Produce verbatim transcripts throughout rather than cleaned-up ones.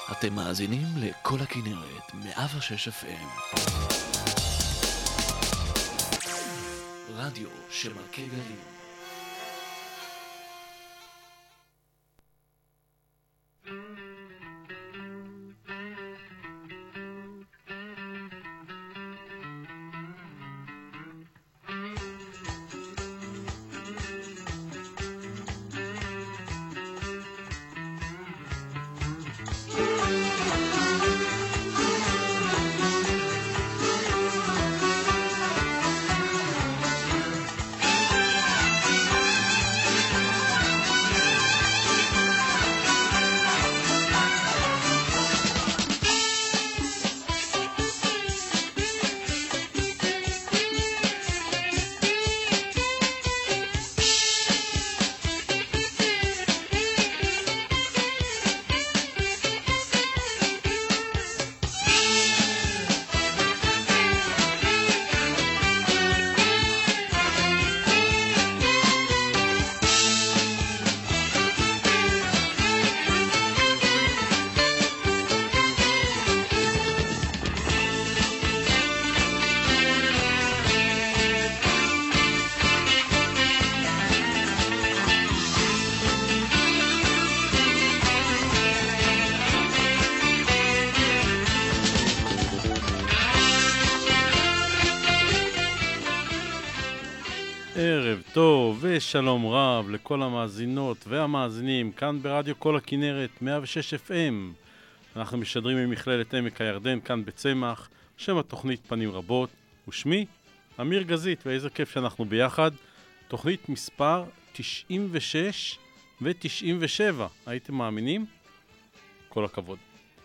אתם מאזינים לכל הכנרת, מאה ושש אף אם. רדיו שמכה גלים. ערב טוב ושלום רב לכל המאזינות והמאזינים כאן ברדיו כל הכנרת מאה ושש אף אם. אנחנו משדרים ממכללת עמק הירדן כאן בצמח, שם התוכנית פנים רבות, ושמי אמיר גזית, ואיזה כיף שאנחנו ביחד. תוכנית מספר תשעים ושש ו-תשעים ושבע, הייתם מאמינים? כל הכבוד.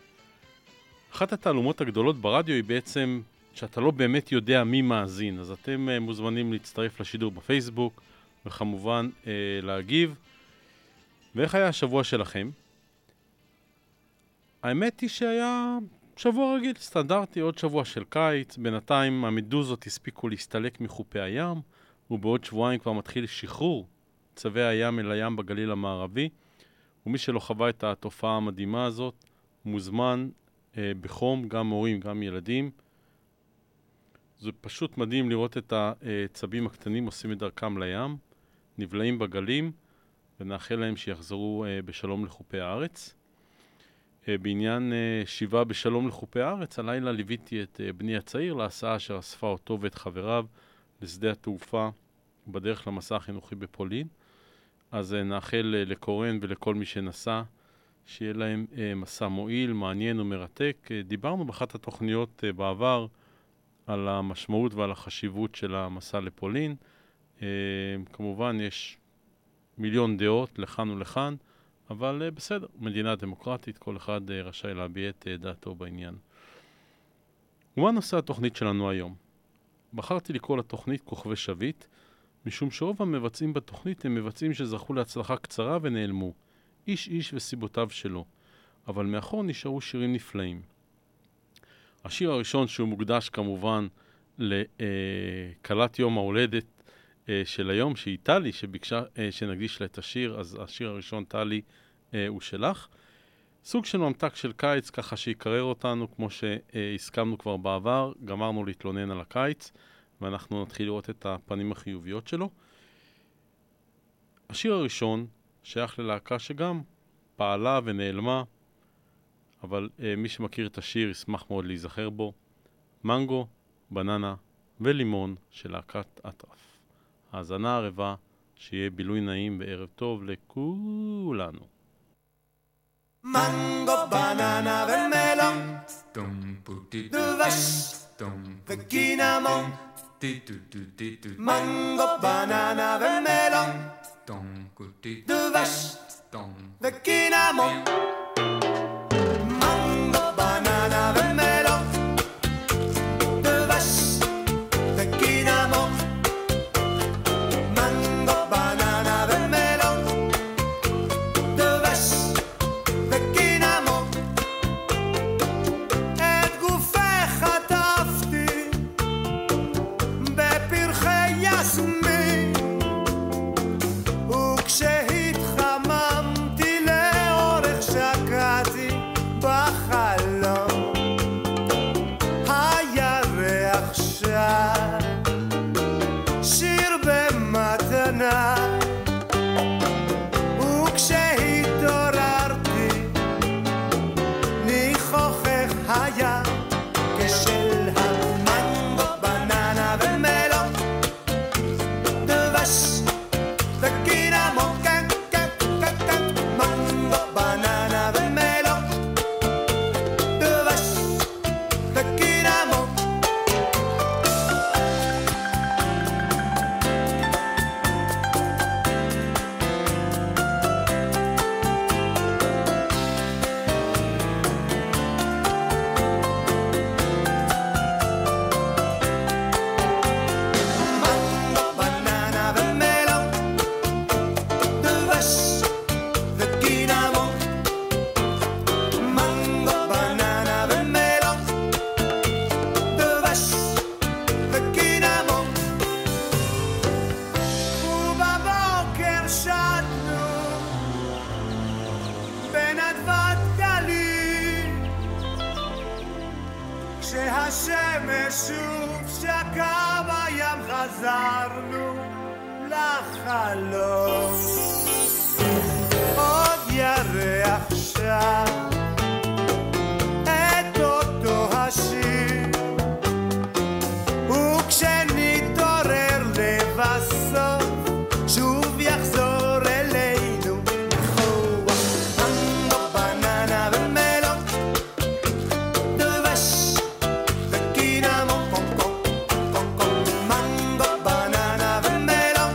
אחת התעלומות הגדולות ברדיו היא בעצם שאתה לא באמת יודע מי מאזין, אז אתם uh, מוזמנים להצטרף לשידור בפייסבוק, וכמובן uh, להגיב. ואיך היה השבוע שלכם? האמת היא שהיה שבוע רגיל, סטנדרטי, עוד שבוע של קיץ. בינתיים המדוזות הספיקו להסתלק מחופי הים, ובעוד שבועיים כבר מתחיל שחרור צווי הים אל הים בגליל המערבי, ומי שלא חווה את התופעה המדהימה הזאת, מוזמן uh, בחום, גם הורים, גם ילדים. זה פשוט מדהים לראות את הצבים הקטנים עושים את דרכם לים, נבלעים בגלים, ונאחל להם שיחזרו בשלום לחופי הארץ. בעניין שיבה בשלום לחופי הארץ, הלילה ליוויתי את בני הצעיר להסעה אשר אספה אותו ואת חבריו לשדה התעופה בדרך למסע החינוכי בפולין. אז נאחל לקורן ולכל מי שנסע, שיהיה להם מסע מועיל, מעניין ומרתק. דיברנו באחת התוכניות בעבר, על המשמעות ועל החשיבות של המסע לפולין. כמובן יש מיליון דעות לכאן ולכאן, אבל בסדר, מדינה דמוקרטית, כל אחד רשאי להביע את דעתו בעניין. ומה נושא התוכנית שלנו היום? בחרתי לקרוא לתוכנית כוכבי שביט, משום שרוב המבצעים בתוכנית הם מבצעים שזכו להצלחה קצרה ונעלמו, איש איש וסיבותיו שלו, אבל מאחור נשארו שירים נפלאים. השיר הראשון שהוא מוקדש כמובן לקלת יום ההולדת של היום, שהיא טלי, שביקשה שנקדיש לה את השיר, אז השיר הראשון טלי הוא שלך. סוג של ממתק של קיץ, ככה שיקרר אותנו, כמו שהסכמנו כבר בעבר, גמרנו להתלונן על הקיץ, ואנחנו נתחיל לראות את הפנים החיוביות שלו. השיר הראשון שייך ללהקה שגם פעלה ונעלמה, אבל uh, מי שמכיר את השיר ישמח מאוד להיזכר בו. מנגו, בננה ולימון של להקת אטרף. האזנה ערבה, שיהיה בילוי נעים וערב טוב לכולנו. מנגו, בננה ומלון, דבש וקינמון. מנגו, בננה ומלון, דבש וקינמון. וכשהתחממתי לאורך שעה כשהשמש שוב שקע בים חזרנו לחלום עוד ירח שם את אותו השיר וכשנתעורר לבסוף שוב יחזור אלינו ניחוח מנגו, בננה ומלון דבש וקינמון קוקו קוקו מנגו, בננה ומלון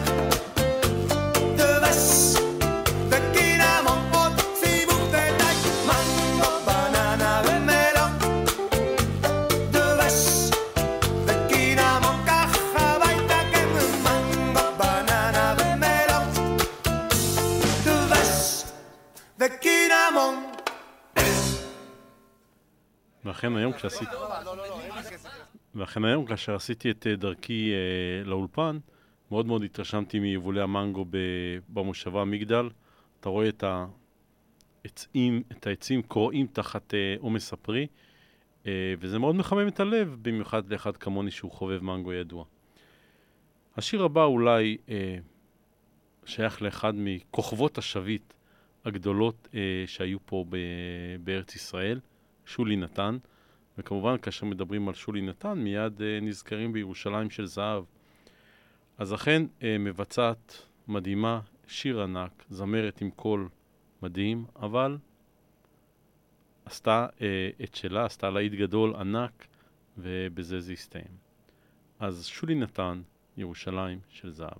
דבש וקינמון עוד סיבוב ודי מנגו, בננה ומלון דבש וקינמון ככה הביתה כן מנגו, בננה ומלון דבש וקינמון ואכן היום כשעשיתי... ואכן היום כאשר עשיתי את אה, דרכי אה, לאולפן, מאוד מאוד התרשמתי מיבולי המנגו ב- במושבה מגדל. אתה רואה את העצים, את העצים קוראים תחת אה, עומס הפרי, אה, וזה מאוד מחמם את הלב, במיוחד לאחד כמוני שהוא חובב מנגו ידוע. השיר הבא אולי אה, שייך לאחד מכוכבות השביט הגדולות אה, שהיו פה ב- בארץ ישראל, שולי נתן, וכמובן כאשר מדברים על שולי נתן מיד אה, נזכרים בירושלים של זהב. אז אכן אה, מבצעת מדהימה, שיר ענק, זמרת עם קול מדהים, אבל עשתה אה, את שלה, עשתה להיט גדול ענק, ובזה זה הסתיים. אז שולי נתן, ירושלים של זהב.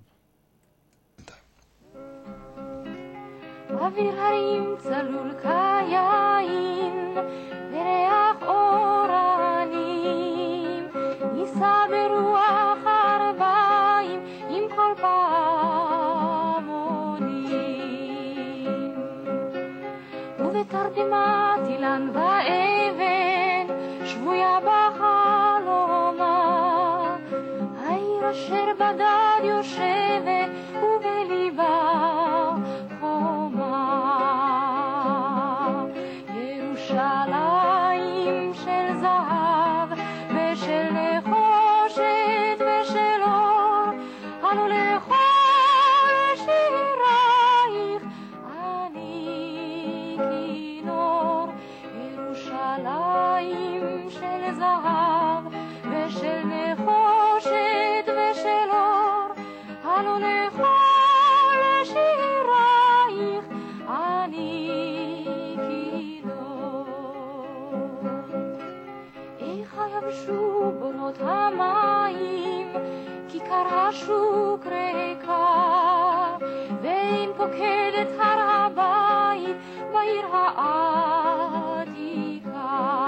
אוויר הרים צלול כיין וריח אורנים ניסה ברוח ארבעים עם כל פעמונים ובתרדמת אילן ואבן שבויה בחלומה העיר אשר בדד יושבת ובליבה ירושלים של זהב ושל נחושת ושל אור אנו לכל שירייך אני כינור ירושלים של זהב ושל נחושת ושל אור אנו לכל שירייך אני יבשו בונות המים, כיכר השוק ריקה, ואין פוקדת הר הבית בעיר העתיקה.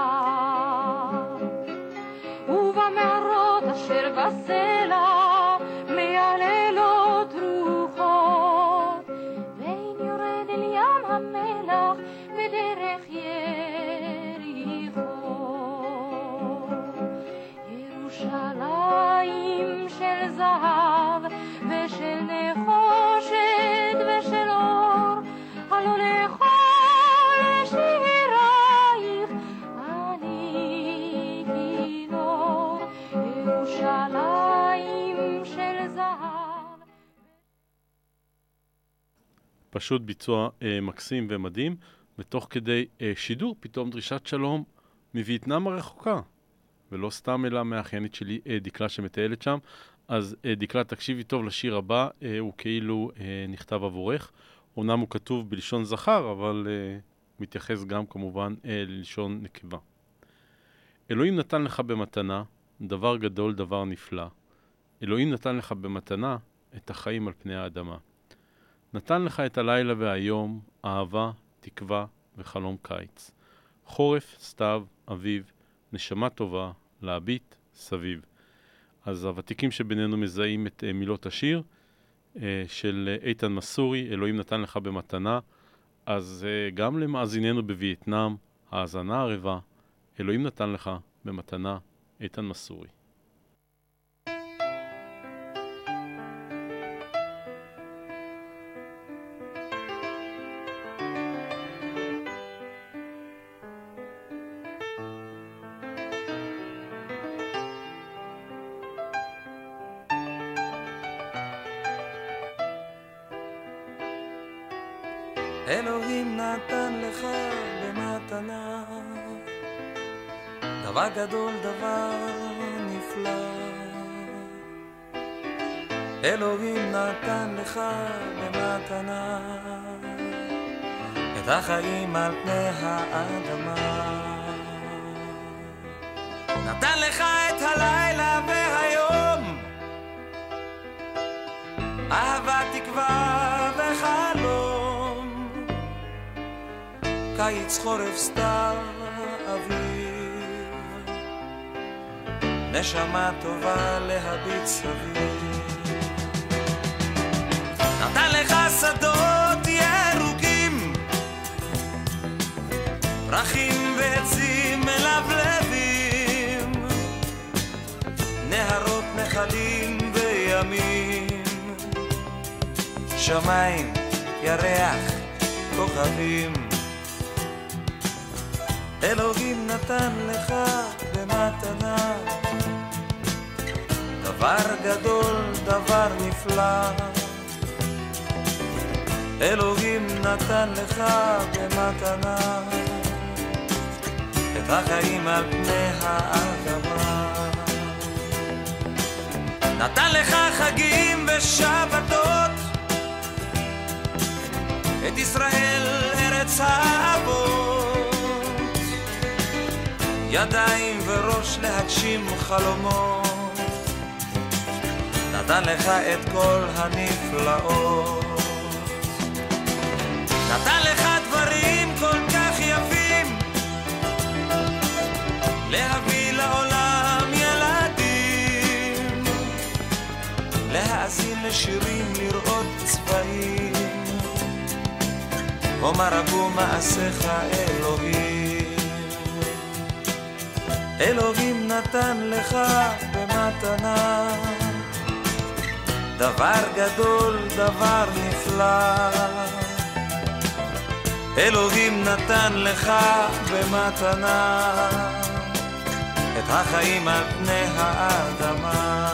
ובמערות אשר בסלע מהלילות רוחות, ואין יורד אל ים המלח בדרך ירושלים של זהב ושל נחושת ושל אור הלא לכל שירייך אני כינור ירושלים של זהב. פשוט ביצוע אה, מקסים ומדהים, ותוך כדי אה, שידור פתאום דרישת שלום מווייטנאם הרחוקה. ולא סתם אלא מהאחיינית שלי, אה, דקלה שמטיילת שם. אז אה, דקלה, תקשיבי טוב לשיר הבא, אה, הוא כאילו אה, נכתב עבורך. אומנם הוא כתוב בלשון זכר, אבל אה, מתייחס גם כמובן אה, ללשון נקבה. אלוהים נתן לך במתנה, דבר גדול, דבר נפלא. אלוהים נתן לך במתנה את החיים על פני האדמה. נתן לך את הלילה והיום, אהבה, תקווה וחלום קיץ. חורף, סתיו, אביב, נשמה טובה, להביט סביב. אז הוותיקים שבינינו מזהים את uh, מילות השיר uh, של uh, איתן מסורי, אלוהים נתן לך במתנה. אז uh, גם למאזיננו בווייטנאם, האזנה ערבה, אלוהים נתן לך במתנה, איתן מסורי. אלוהים נתן לך במתנה דבר גדול, דבר נפלא. אלוהים נתן לך במתנה את החיים על פני האדמה. נתן לך את הלילה והיום, אהבה, תקווה וחלום, קיץ, חורף, סתיו, אביב, נשמה טובה להביט סביב. נתן לך שדות ירוקים, פרחים ועצים מלבלבים, נהרות, נחלים וימים, שמיים, ירח, כוכבים. אלוהים נתן לך במתנה דבר גדול, דבר נפלא. אלוהים נתן לך במתנה את החיים על פני האדמה. נתן לך חגים ושבתות, את ישראל ארץ האבות, ידיים וראש להגשים חלומות. נתן לך את כל הנפלאות, נתן לך דברים כל כך יפים, להביא לעולם ילדים, להאזין לשירים, לראות צבעים. אומר רבו מעשיך אלוהים. אלוהים נתן לך במתנה דבר גדול, דבר נפלא. אלוהים נתן לך במתנה את החיים על פני האדמה.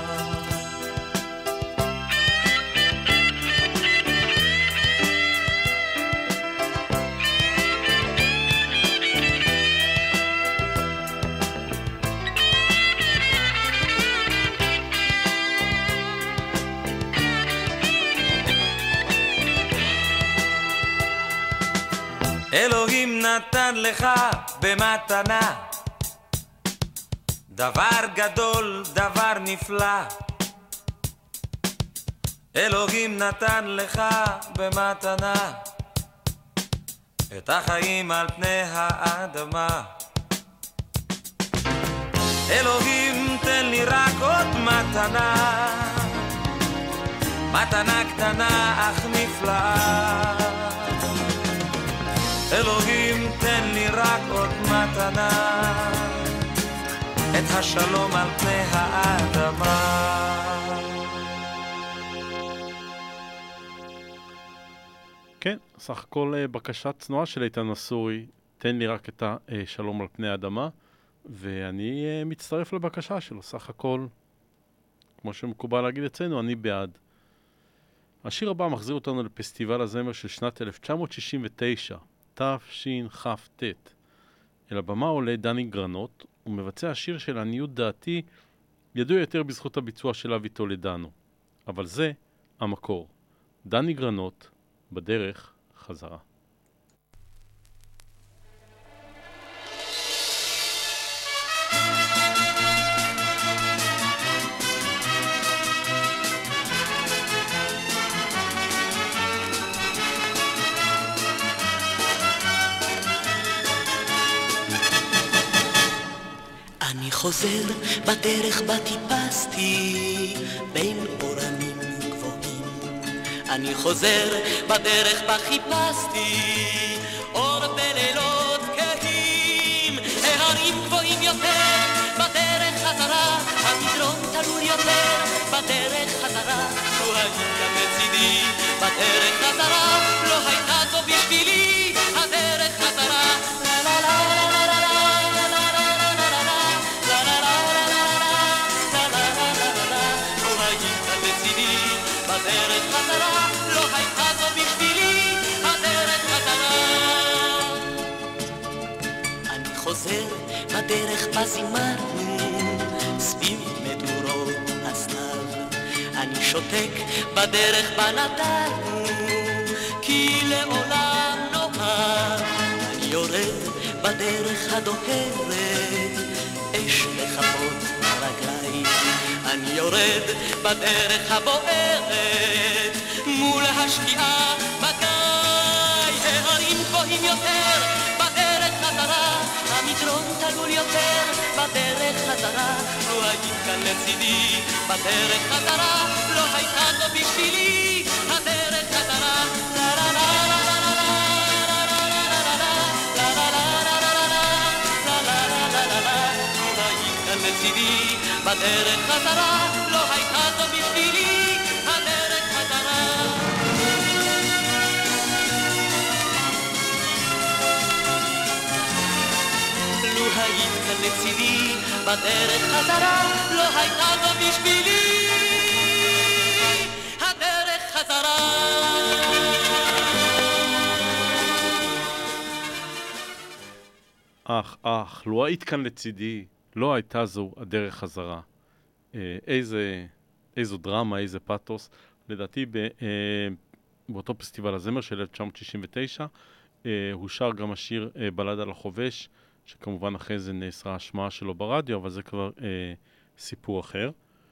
אלוהים נתן לך במתנה דבר גדול, דבר נפלא. אלוהים נתן לך במתנה את החיים על פני האדמה. אלוהים תן לי רק עוד מתנה, מתנה קטנה אך נפלאה. אלוהים תן לי רק עוד מתנה, את השלום על פני האדמה. כן, סך הכל בקשה צנועה של איתן אסורי, תן לי רק את השלום על פני האדמה, ואני מצטרף לבקשה שלו. סך הכל, כמו שמקובל להגיד אצלנו, אני בעד. השיר הבא מחזיר אותנו לפסטיבל הזמר של שנת אלף תשע מאות שישים ותשע, תשכ"ט. אל הבמה עולה דני גרנות, ומבצע שיר של עניות דעתי, ידוע יותר בזכות הביצוע של אבי טולדנו. אבל זה המקור. דני גרנות, בדרך חזרה. אני חוזר בדרך בה טיפסתי בין אורנים גבוהים. אני חוזר בדרך בה חיפשתי אור בלילות כהים. ההרים גבוהים יותר בדרך חזרה, המדרון תלול יותר בדרך חזרה. לו היית בצידי בדרך חזרה, לא הייתה זו בשבילי הדרך חזרה. לה לה לה בדרך חזרה, לא הייתה זו בשבילי הדרך בדרך בה זימרנו סביב מדורות הסתיו. אני שותק בדרך בה נדרנו, כי לעולם נאמר. אני יורד בדרך הדוהרת, אש לחפות ברגליים. אני יורד בדרך הבוערת, מול השקיעה בגיא. ההרים גבוהים יותר בדרך חזרה, המדרון תלול יותר בדרך חזרה. לא היית כאן לצידי בדרך חזרה, לא הייתה זו בשבילי הדרך חזרה. לה לה לה לה לה לה לצידי בדרך חזרה, לא הייתה זו בשבילי הדרך חזרה. לו היית כאן לצידי בדרך חזרה, לא הייתה זו בשבילי הדרך חזרה. אך, אך, לו היית כאן לצידי, לא הייתה זו הדרך חזרה. אה, איזה, איזו דרמה, איזה פאטוס. לדעתי, ב, אה, באותו פסטיבל הזמר של אלף תשע מאות שישים ותשע, אה, הוא שר גם השיר אה, בלד על החובש, שכמובן אחרי זה נאסרה השמעה שלו ברדיו, אבל זה כבר אה, סיפור אחר.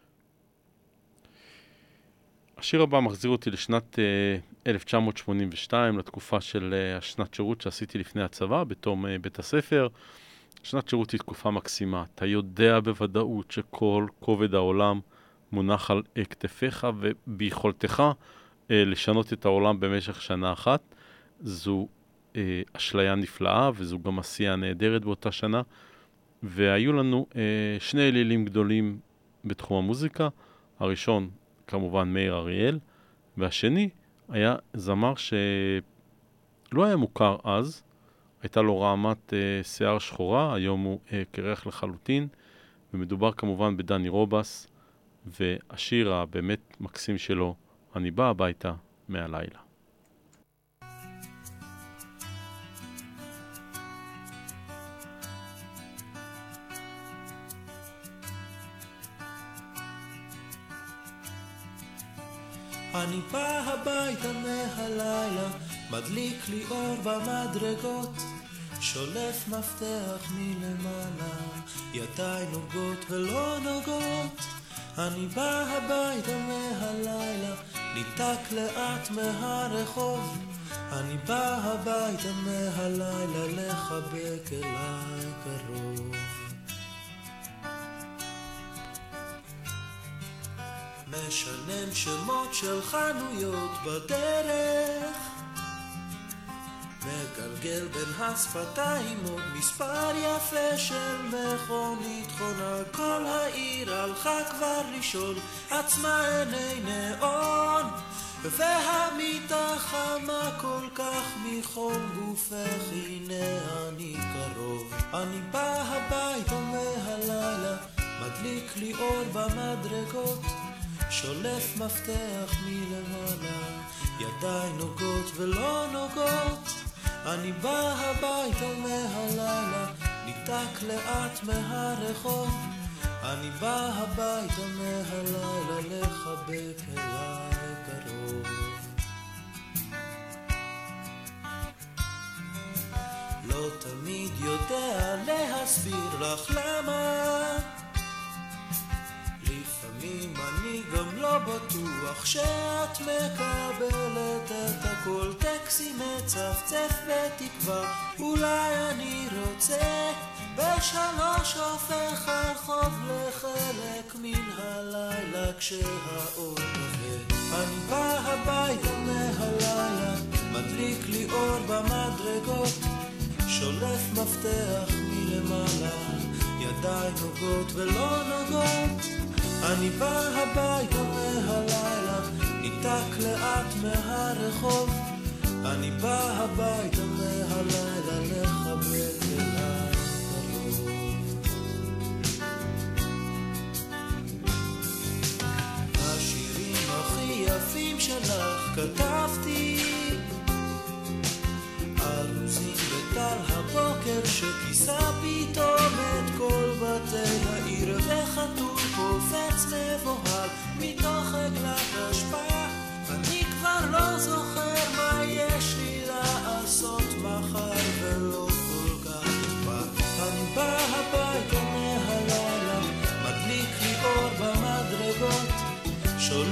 השיר הבא מחזיר אותי לשנת אה, אלף תשע מאות שמונים ושתיים, לתקופה של אה, השנת שירות שעשיתי לפני הצבא, בתום אה, בית הספר. שנת שירות היא תקופה מקסימה. אתה יודע בוודאות שכל כובד העולם מונח על כתפיך, וביכולתך אה, לשנות את העולם במשך שנה אחת. זו אה, אשליה נפלאה, וזו גם עשייה נהדרת באותה שנה. והיו לנו אה, שני אלילים גדולים בתחום המוזיקה. הראשון, כמובן, מאיר אריאל, והשני היה זמר שלא היה מוכר אז, הייתה לו רעמת אה, שיער שחורה, היום הוא אה, קרח לחלוטין, ומדובר כמובן בדני רובס, והשיר הבאמת מקסים שלו, אני בא הביתה מהלילה. אני בא הביתה מהלילה, מדליק לי אור במדרגות, שולף מפתח מלמעלה, ידיי נוגעות ולא נוגעות. אני בא הביתה מהלילה, ניתק לאט מהרחוב. אני בא הביתה מהלילה, לחבק אליי קרוב. משנן שמות של חנויות בדרך, מגלגל בין השפתיים עוד מספר יפה של מכונית חונה. כל העיר הלכה כבר לשאול עצמה עיני נאון, והמיטה חמה כל כך מחום גופך, הנה אני קרוב. אני בא הביתה מהלילה, מדליק לי אור במדרגות, שולף מפתח מלמעלה, ידיי נוגעות ולא נוגעות. אני בא הביתה מהלילה, ניתק לאט מהרחוב. אני בא הביתה מהלילה, לחבק אליי קרוב. לא תמיד יודע להסביר לך למה, לפעמים אני גם לא בטוח שאת מקבלת את הכל. טקסי מצפצף בתקווה, אולי אני רוצה בשלוש הופך הרחוב לחלק מן הלילה כשהאור נובד. אני בא הביתה מהלילה, מדליק לי אור במדרגות, שולף מפתח מלמעלה, ידיי נוגעות ולא נוגעות. אני בא הביתה מהלילה, ניתק לאט מהרחוב. אני בא הביתה מהלילה, לחבק אליי קרוב. השירים הכי יפים שלך כתבתי, ארוזים בטל הבוקר שכיסה פתאום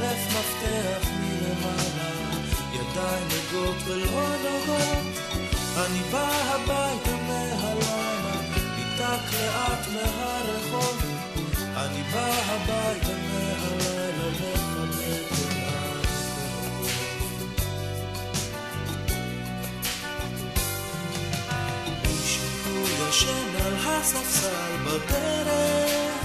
שולף מפתח מלמעלה, ידיים נגות ולא נוגות. אני בא הביתה מהלילה, ניתק לאט מהרחוב. אני בא הביתה מהלילה לחבק את הקרוב. מישהו ישן על הספסל בדרך,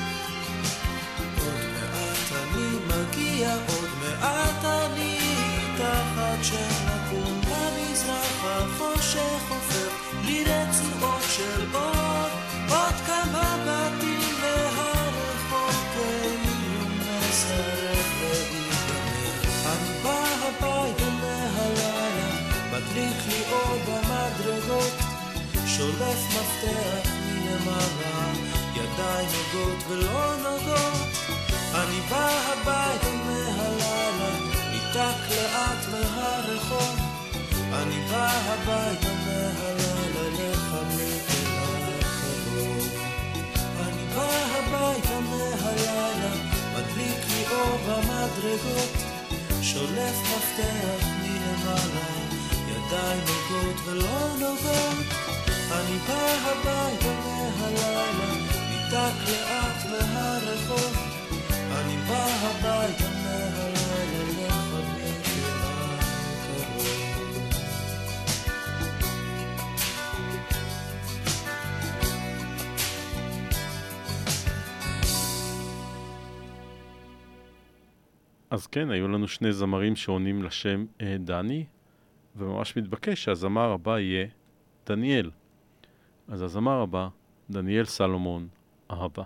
עוד מעט אני מגיע, עוד מעט אני תחת שנקום במזרח החושך הופך לי רצועות של עוד, עוד כמה בתים והרחוב כאילו מסרב להיגמר. אני בא הביתה מהלילה, מדליק לי אור במדרגות, שולף מפתח מלמעלה, ידיים נוגות ולא נוגות. אני בא הביתה מהלילה, ניתק לאט מהרחוב. אני בא הביתה מהלילה לחבק אל הקרוב. אני בא הביתה מהלילה, מדליק לי אור במדרגות, שולף מפתח מלמעלה, ידיים נוגות ולא נוגות. אני בא הביתה מהלילה, ניתק לאט מהרחוב. אני בא הביתה מהלילה לחבק אל הקרוב. אז כן, היו לנו שני זמרים שעונים לשם אה, דני, וממש מתבקש שהזמר הבא יהיה דניאל. אז הזמר הבא, דניאל סלומון, אהבה.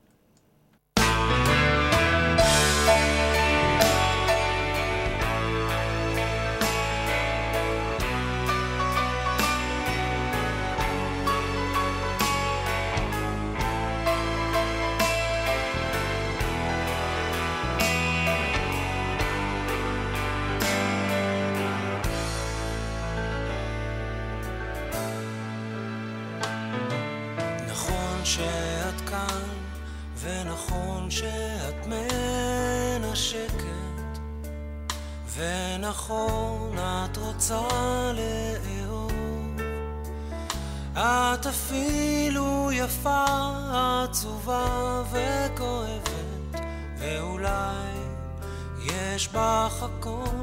שאת כאן, ונכון שאת מנשקת, ונכון את רוצה לאהוב. את אפילו יפה, עצובה וכואבת, ואולי יש בך הכל.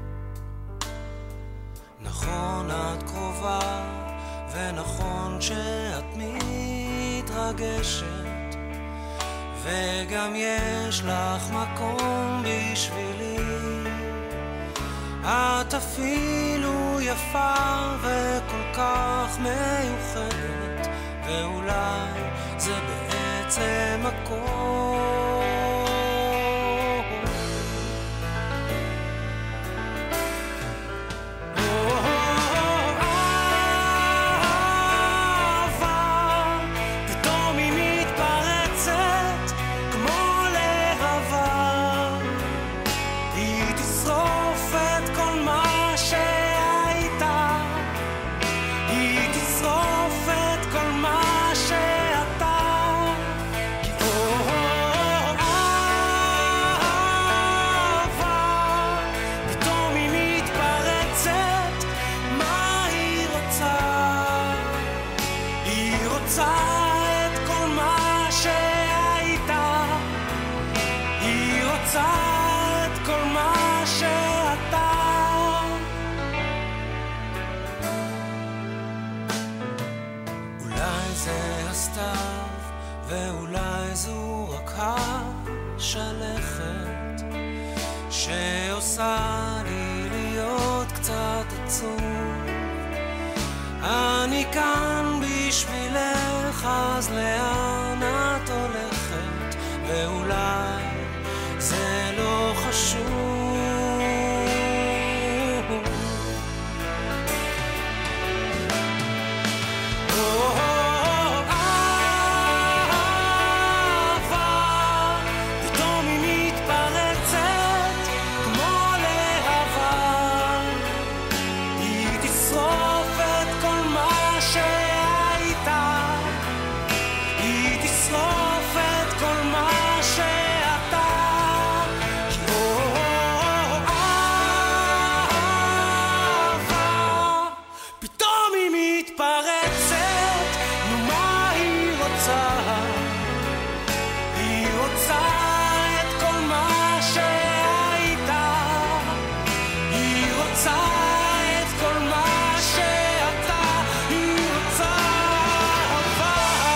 נכון את קרובה, ונכון שאת מתרגשת, וגם יש לך מקום בשבילי. את אפילו יפה וכל כך מיוחדת, ואולי זה בעצם הכל. ואולי זו רק השלכת שעושה לי להיות קצת עצוב. אני כאן בשבילך, אז לאן את הולכת? ואולי זה לא חשוב. היא תשרוף את כל מה ש... רוצה, היא רוצה את כל מה שהייתה, היא רוצה את כל מה שאתה, היא רוצה אהבה.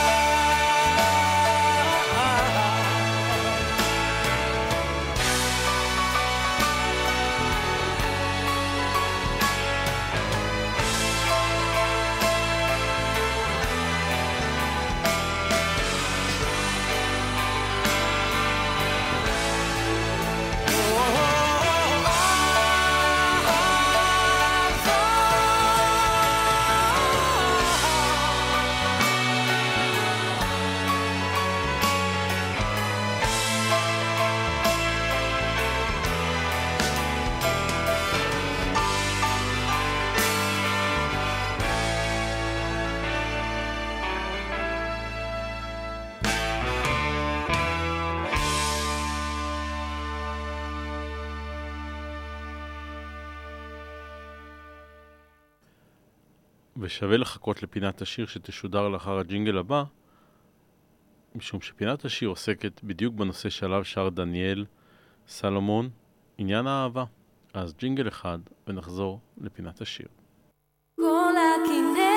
ושווה לחכות לפינת השיר שתשודר לאחר הג'ינגל הבא, משום שפינת השיר עוסקת בדיוק בנושא שעליו שר דניאל סלומון, עניין האהבה. אז ג'ינגל אחד ונחזור לפינת השיר. כל הכנרת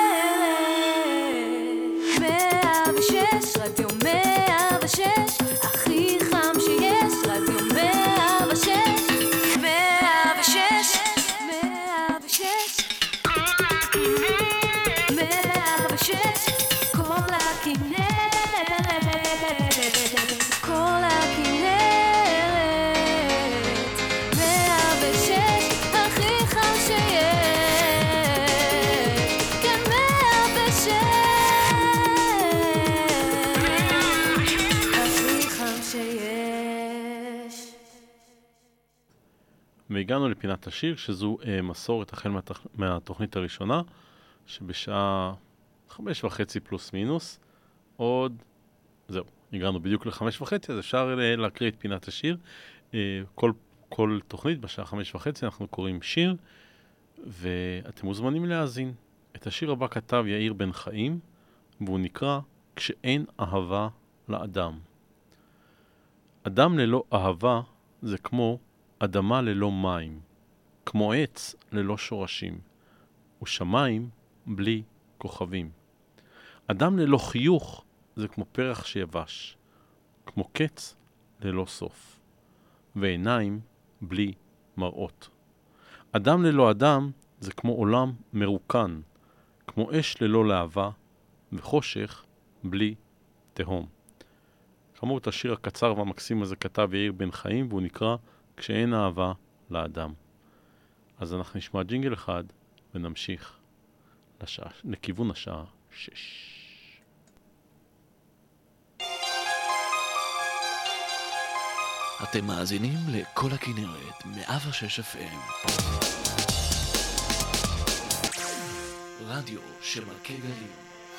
מאה ושש, רדיו מאה ושש, הכי חם שיש, רדיו מאה ושש, מאה ושש, מאה ושש, מאה ושש, כל הכנרת, כל הכנרת, מאה ושש, הכי חם שיש, כן מאה ושש, הכי חם שיש. והגענו לפינת השיר, שזו אה, מסורת החל מהתוכ... מהתוכנית הראשונה, שבשעה חמש וחצי פלוס מינוס, עוד, זהו, הגענו בדיוק לחמש וחצי, אז אפשר אה, להקריא את פינת השיר. אה, כל, כל תוכנית בשעה חמש וחצי אנחנו קוראים שיר, ואתם מוזמנים להאזין. את השיר הבא כתב יאיר בן חיים, והוא נקרא כשאין אהבה לאדם. אדם ללא אהבה זה כמו אדמה ללא מים, כמו עץ ללא שורשים, ושמיים בלי כוכבים. אדם ללא חיוך זה כמו פרח שיבש, כמו קץ ללא סוף, ועיניים בלי מראות. אדם ללא אדם זה כמו עולם מרוקן, כמו אש ללא להבה, וחושך בלי תהום. כאמור, את השיר הקצר והמקסים הזה כתב יאיר בן חיים, והוא נקרא כשאין אהבה לאדם. אז אנחנו נשמע ג'ינגל אחד ונמשיך לשעה, לכיוון השעה שש. אתם מאזינים לכל הכנרת, מאה ושש אף אם. רדיו שמלכה גלים.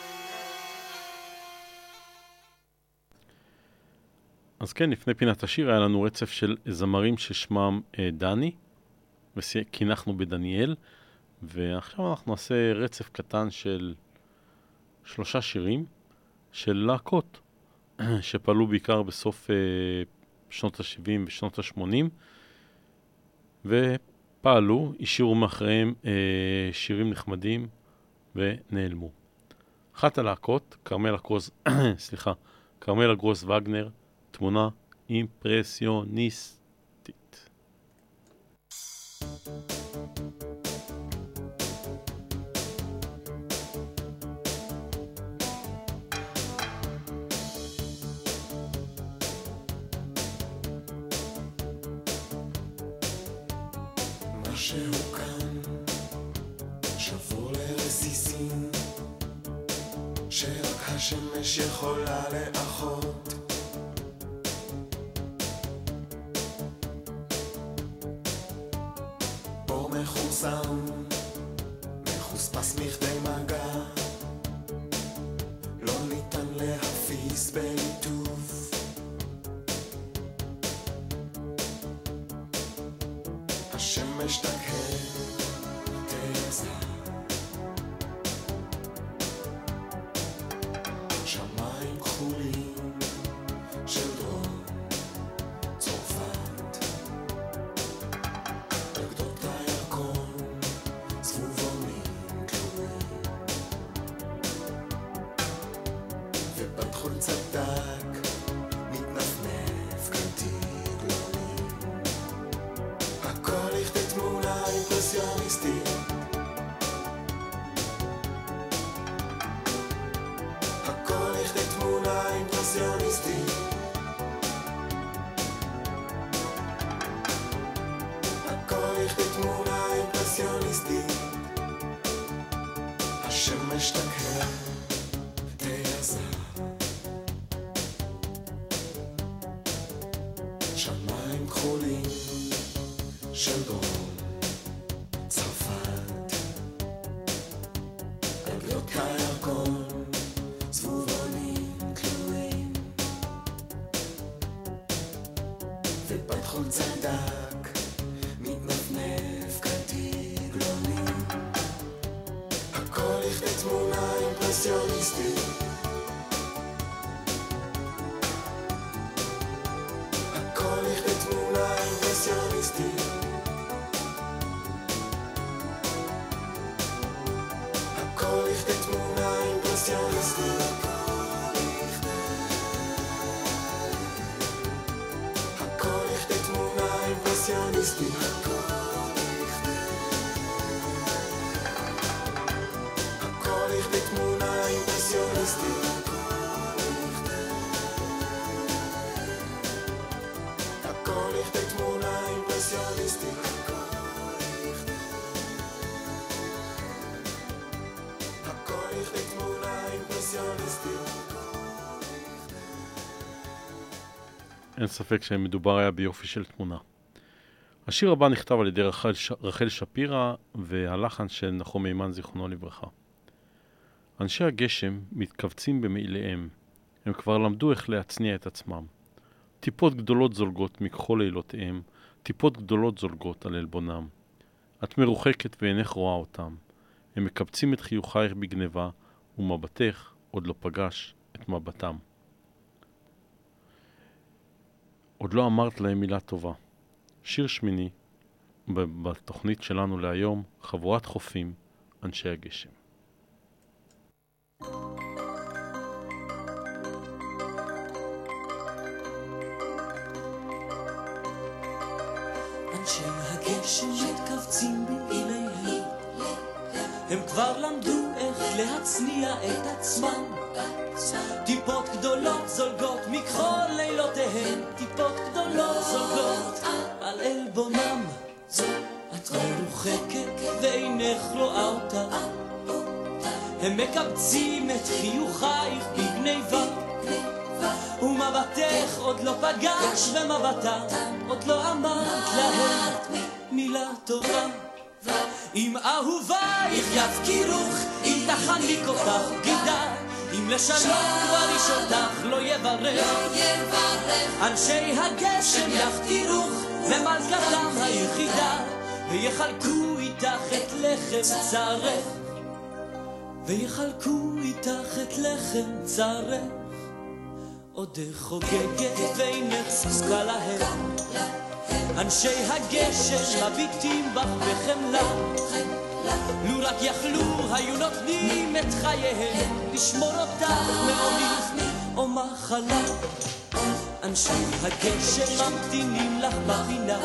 אז כן, לפני פינת השיר היה לנו רצף של זמרים ששמם אה, דני, וכינחנו בדניאל, ועכשיו אנחנו נעשה רצף קטן של שלושה שירים של להקות, שפעלו בעיקר בסוף אה, שנות ה-שבעים ושנות ה-שמונים, ופעלו, השאירו מאחריהם אה, שירים נחמדים ונעלמו. אחת הלהקות, קרמלה גרוס, סליחה, קרמלה גרוס וגנר, תמונה אימפרסיוניסטית. משהו כאן שבור לרסיסים שרק השמש יכולה לאחות. בור מחוסם, מחוספס מכדי מגע, לא ניתן להפיס בליטוף. השמש תקהה, תעזה, שמיים חולצת דק, מתנפנף קנטיג גלולים. הכל לכדי תמונה אימפרסיוניסטית, הכל לכדי תמונה אימפרסיוניסטית, הכל לכדי תמונה אימפרסיוניסטית. השמש תקהה תייזה, שמיים כחולים של דרום צרפת, עגלות הירקון זבובונים כלואים, ובת חולצת דק מתנפנף קנטיג גלולים. הכל לכדי תמונה אימפרסיוניסטית, הכל לכדי תמונה אימפרסיוניסטית, הכל לכדי תמונה אימפרסיוניסטית, הכל לכדי תמונה אימפרסיוניסטית, הכל לכדי תמונה אימפרסיוניסטית, הכל לכדי תמונה אימפרסיוניסטית, הכל לכדי תמונה אימפרסיוניסטית. אין ספק שמדובר היה ביופי של תמונה. השיר הבא נכתב על ידי רחל, ש... רחל שפירא והלחן של נחום מימן זיכרונו לברכה. אנשי הגשם מתכווצים במעיליהם, הם כבר למדו איך להצניע את עצמם. טיפות גדולות זולגות מכחול לילותיהם, טיפות גדולות זולגות על אלבונם. את מרוחקת ואינך רואה אותם, הם מקבצים את חיוכייך בגניבה, ומבטך עוד לא פגש את מבטם. עוד לא אמרת להם מילה טובה. שיר שמיני, בתוכנית שלנו להיום, חבורת חופים, אנשי הגשם. אנשי הגשם מתכווצים בעיניהם, הם כבר למדו איך להצניע את עצמם. טיפות גדולות זולגות מכחול לילותיהם, טיפות גדולות זולגות על אלבונם. את מרוחקת ואינך רואה אותה, הם מקבצים את חיוכייך בגניבה, ומבטך עוד לא פגש במבטה, עוד לא אמרת להם מילה טובה. אם אהובייך יפקירוך, אם תחניק אותך גידה, אם לשלום כבר איש אותך לא יברך, אנשי הגשם יחתירוך למלכתם היחידה, ויחלקו איתך את לחם צרך, ויחלקו איתך את לחם צרך. עודך חוגגת ואינך זקוקה להם, אנשי הגשם מביטים בך בחמלה, לו רק יכלו היו נותנים את חייהם לשמור אותך מעוני או מחלה. אנשי הגשם ממתינים לך בפינה,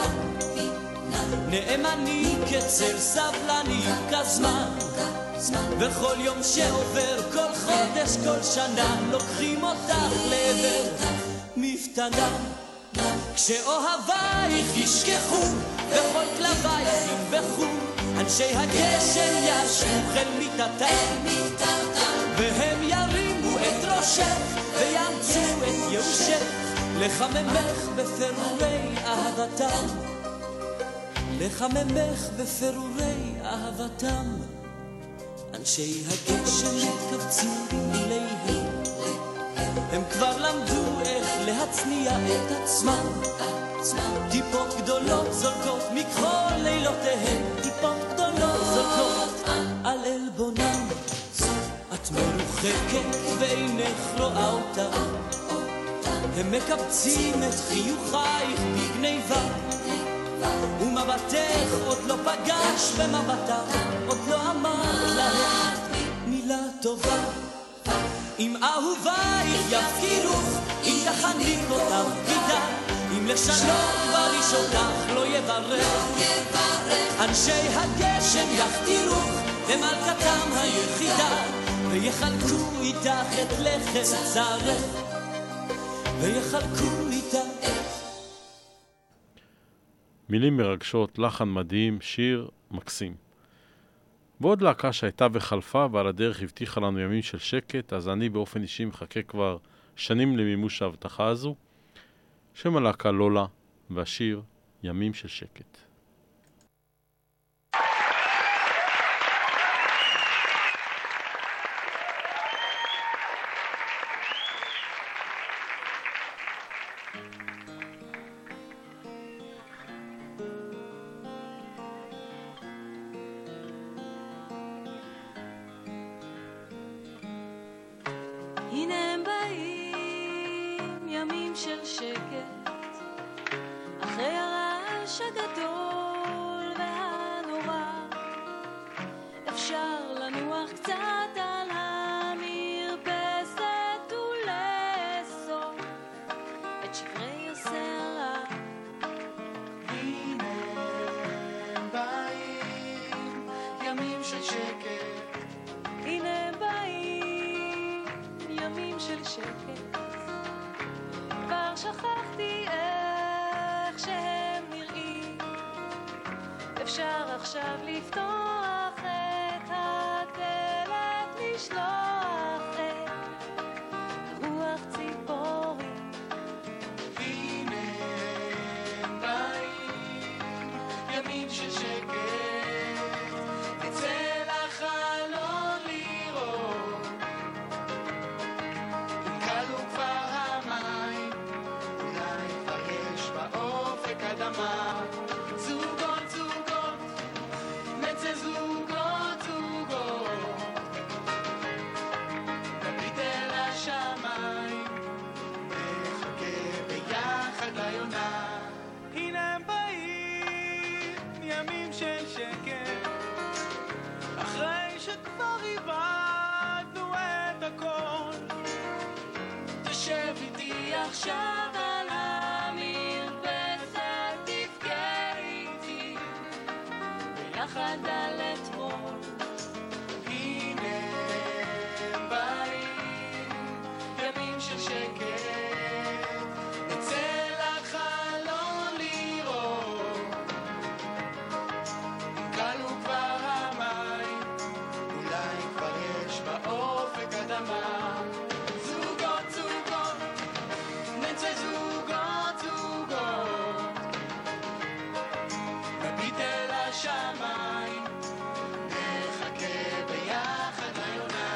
נאמנים כצל סבלנים כזמן, וכל יום שעובר, כל חודש, כל שנה, לוקחים אותך לעבר מפתנה. כשאוהבייך ישכחו וכל כלבייך ינבחו, אנשי הגשם ישבו אל מיטתם, והם ירימו את ראשך ויאמצו את יאושך, לחממך בפירורי אהבתם, לחממך בפירורי אהבתם. אנשי הגשם מתכווצים אליהם, הם כבר למדו איך להצניע את עצמם. טיפות גדולות זולגות מכחול לילותיהם, טיפות גדולות זולגות על אלבונם. את מרוחקת ואינך רואה אותה, הם מקבצים את חיוכייך בגניבה, ומבטך עוד לא פגש במבטה, עוד לא אמרת להם מילה טובה. אם אהובייך יפקירוך, אם תחניק אותם גידה, אם לשלום בריש אותך לא יברך, אנשי הגשם יחתירוך, למלכתם היחידה, ויחלקו איתך את לחם צרך, ויחלקו איתך. מילים מרגשות, לחן מדהים, שיר מקסים. ועוד להקה שהייתה וחלפה ועל הדרך הבטיחה לנו ימים של שקט, אז אני באופן אישי מחכה כבר שנים למימוש ההבטחה הזו. שם הלהקה לולה, והשיר ימים של שקט. הנה הם באים, ימים של שקט, אחרי הרעש הגדול והנורא, אפשר לנוח קצת על המרפסת ולאסוף את שקרי הסערה. הנה הם באים, ימים של שקט. הנה הם באים, ימים של שקט, כבר שכחתי איך שהם נראים, אפשר עכשיו לפתוח את הדלת, לשלוח את רוח ציפורים. הנה הם באים, ימים של שקט. נצא לחלון לראות, כלו כבר המים, אולי כבר יש באופק אדמה. זוגות זוגות, נצא זוגות זוגות, נביט אל השמיים, נחכה ביחד ליונה. הנה הם באים, ימים של שקט, אחרי שכבר איבדנו את הכל. תשב איתי עכשיו על המרפסת, תבכה איתי ביחד על אתמול. הנה הם באים, ימים של שקט. נצא לחלון לראות, כלו כבר המים, אולי כבר יש באופק אדמה. זוגות זוגות, נצא זוגות זוגות, נביט אל השמיים, נחכה ביחד ליונה.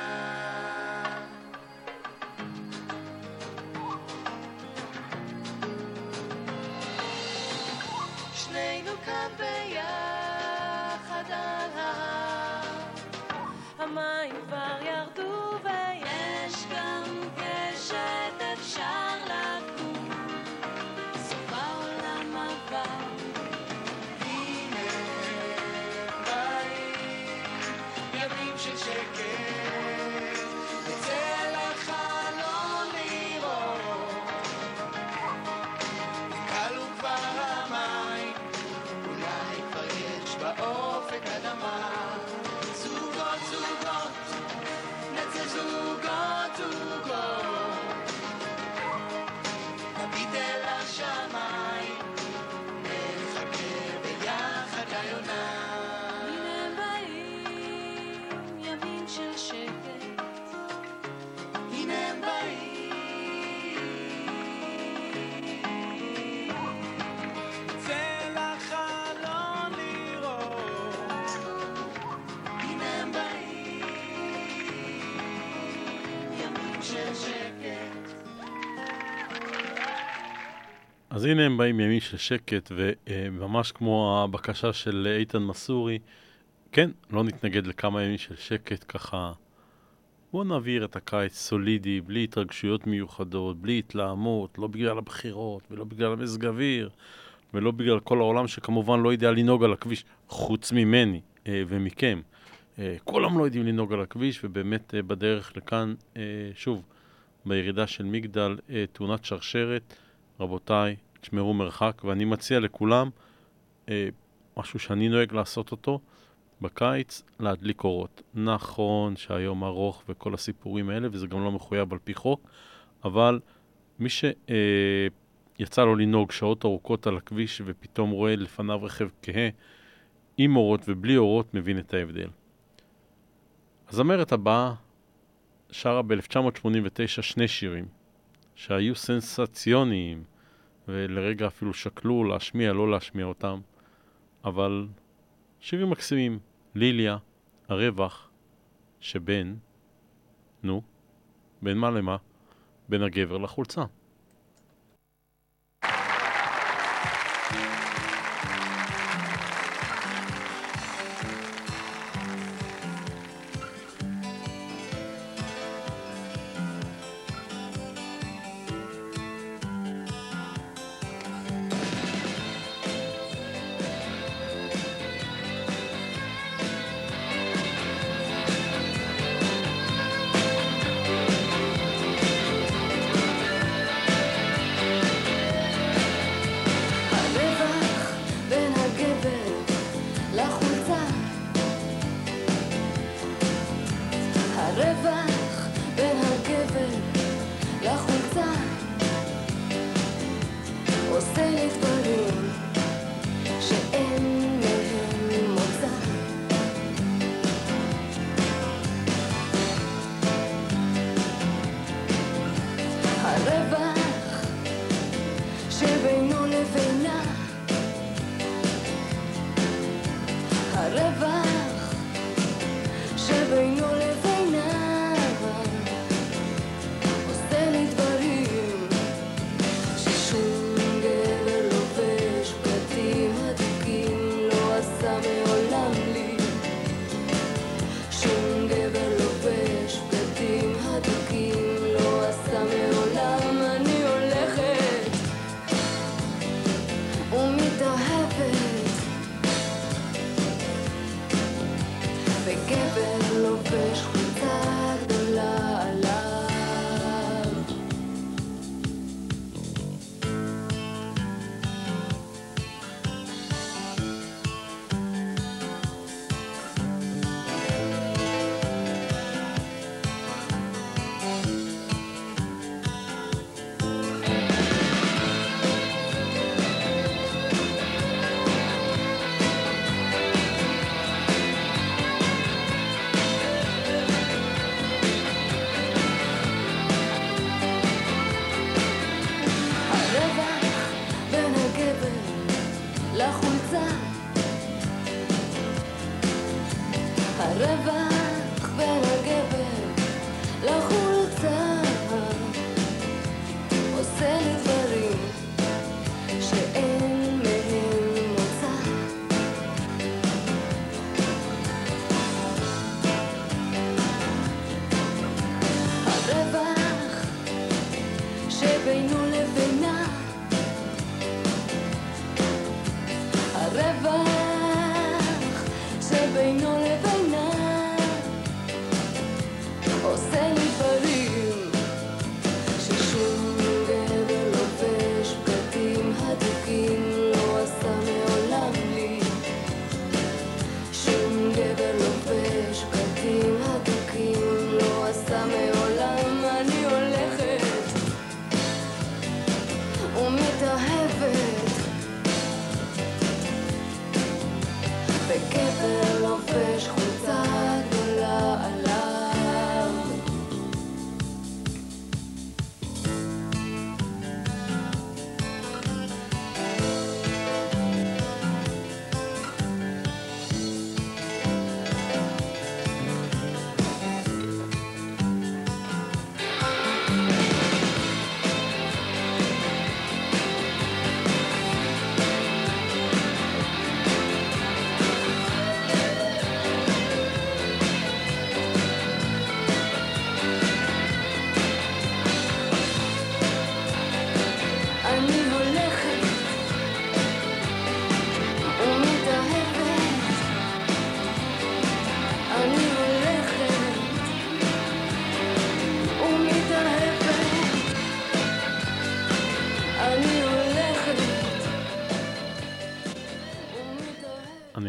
שנינו כאן ביחד על ההר, המים כבר ירדו ויש גם קשת, אפשר לקום, סוף העולם עבר. הנה הם באים, ימים של שקט. נצא לחלון לראות, כלו כבר המים, אולי כבר יש באופק אדמה. זוגות זוגות, נצא זוגות זוגות, נביט אל השמיים, נחכה ביחד ליונה. הנה הם באים, ימים של שקט, הנה הם באים, צא לחלון לראות. הנה הם באים, ימים של שקט. אז הנה הם באים ימים של שקט, וממש כמו הבקשה של איתן מסורי, כן, לא נתנגד לכמה ימים של שקט, ככה בואו נעביר את הקיץ סולידי, בלי התרגשויות מיוחדות, בלי התלהמות, לא בגלל הבחירות ולא בגלל המזג אוויר ולא בגלל כל העולם שכמובן לא יודע לנהוג על הכביש, חוץ ממני אה, ומכם. אה, כולם לא יודעים לנהוג על הכביש, ובאמת אה, בדרך לכאן, אה, שוב, בירידה של מגדל אה, תאונת שרשרת. רבותיי, תשמרו מרחק, ואני מציע לכולם אה, משהו שאני נוהג לעשות אותו בקיץ, להדליק אורות. נכון שהיום ארוך וכל הסיפורים האלה, וזה גם לא מחויב על פי חוק, אבל מי שיצא אה, לו לנהוג שעות ארוכות על הכביש ופתאום רואה לפניו רכב כהה עם אורות ובלי אורות, מבין את ההבדל. הזמרת הבאה שרה ב-אלף תשע מאות שמונים ותשע שני שירים שהיו סנסציוניים, ולרגע אפילו שקלו להשמיע, לא להשמיע אותם, אבל שירים מקסימים. ליליה, הרווח שבין, נו, בין מה למה? בין הגבר לחולצה.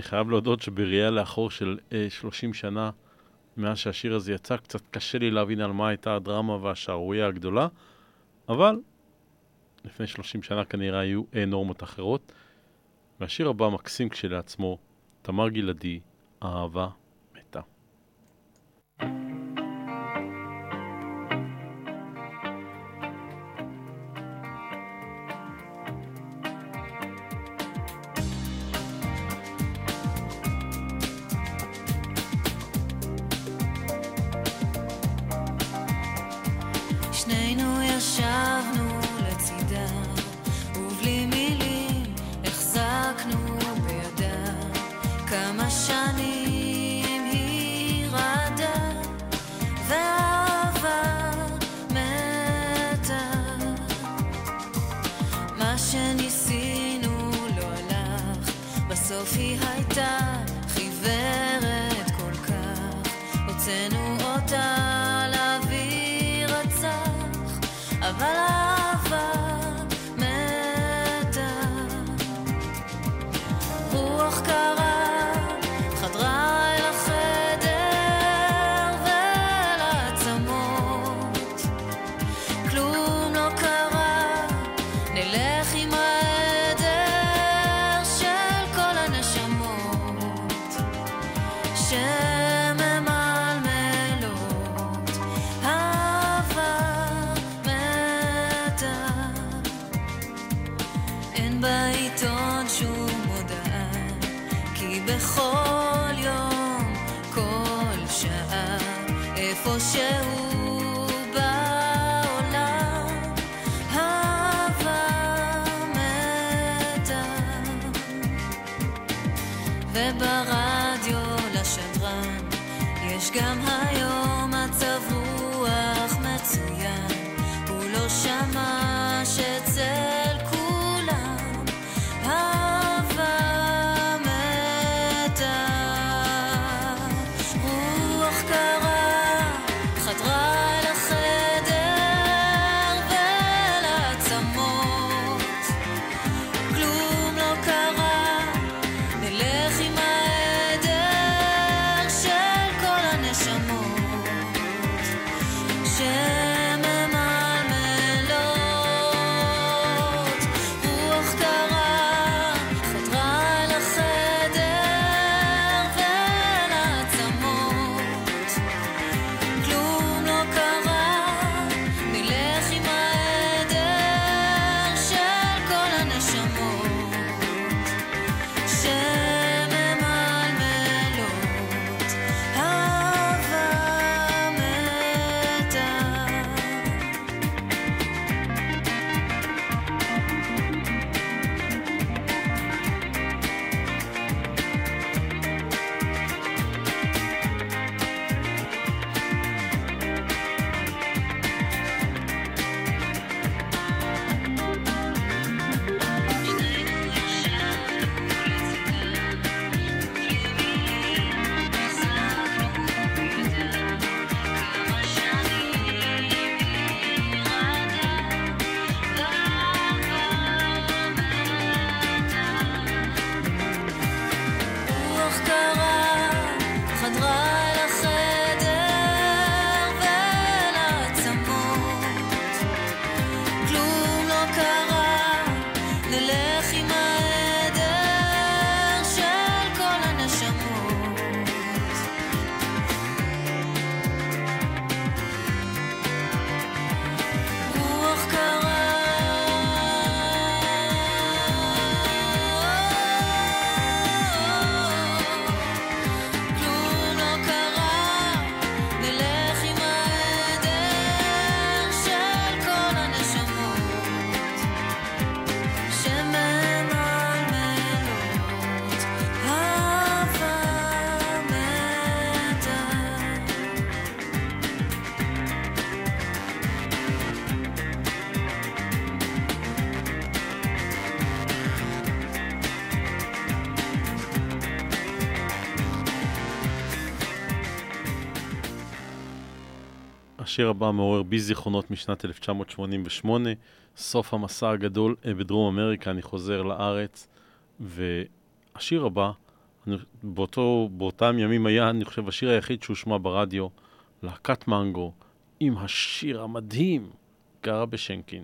חייב להודות שבראייה לאחור של אה, שלושים שנה, מאז שהשיר הזה יצא, קצת קשה לי להבין על מה הייתה הדרמה והשערוריה הגדולה, אבל לפני שלושים שנה כנראה היו אה, נורמות אחרות. והשיר הבא מקסים כשלעצמו, תמר גלעדי, אהבה מתה. שנינו ישבנו לצידה, ובלי מילים החזקנו בידה. כמה שנים היא רעדה, והאהבה מתה. מה שניסינו לא הלך, בסוף היא הייתה חיוורת כל כך. הוצאנו אותה אבל אהבה מתה. רוח קרה חדרה אל החדר ואל העצמות. כלום לא קרה, נלך עם העדר של כל הנשמות שממלמלות. אהבה אין בעיתון שום מודעה, כי בכל יום, כל שעה, איפה שהוא בעולם, אהבה מתה. וברדיו לשדרן יש גם היום מצב רוח מצוין. הוא לא שמע שצל כולם אהבה מתה. רוח קרה חדרה אל החדר ואל העצמות. כלום לא קרה, נלך עם העדר של כל הנשמות שממלמלות. רוח קרה חדרה אל החדר ואל העצמות. כלום לא קרה, נלך עם העדר של כל הנשמות שממלמלות. אהבה מתה. רוח קרה חדרה אל החדר ואל העצמות. כלום לא קרה, נלך עם העדר של כל הנשמות רוח קרה כלום לא קרה, נלך עם העדר של כל הנשמות שממלמלות. אהבה מתה. השיר הבא מעורר בי זיכרונות משנת אלף תשע מאות שמונים ושמונה, סוף המסע הגדול אה, בדרום אמריקה, אני חוזר לארץ, והשיר הבא, אני, באותו, באותם ימים היה, אני חושב, השיר היחיד שהושמע ברדיו, להקת מנגו, עם השיר המדהים, גרה בשנקין.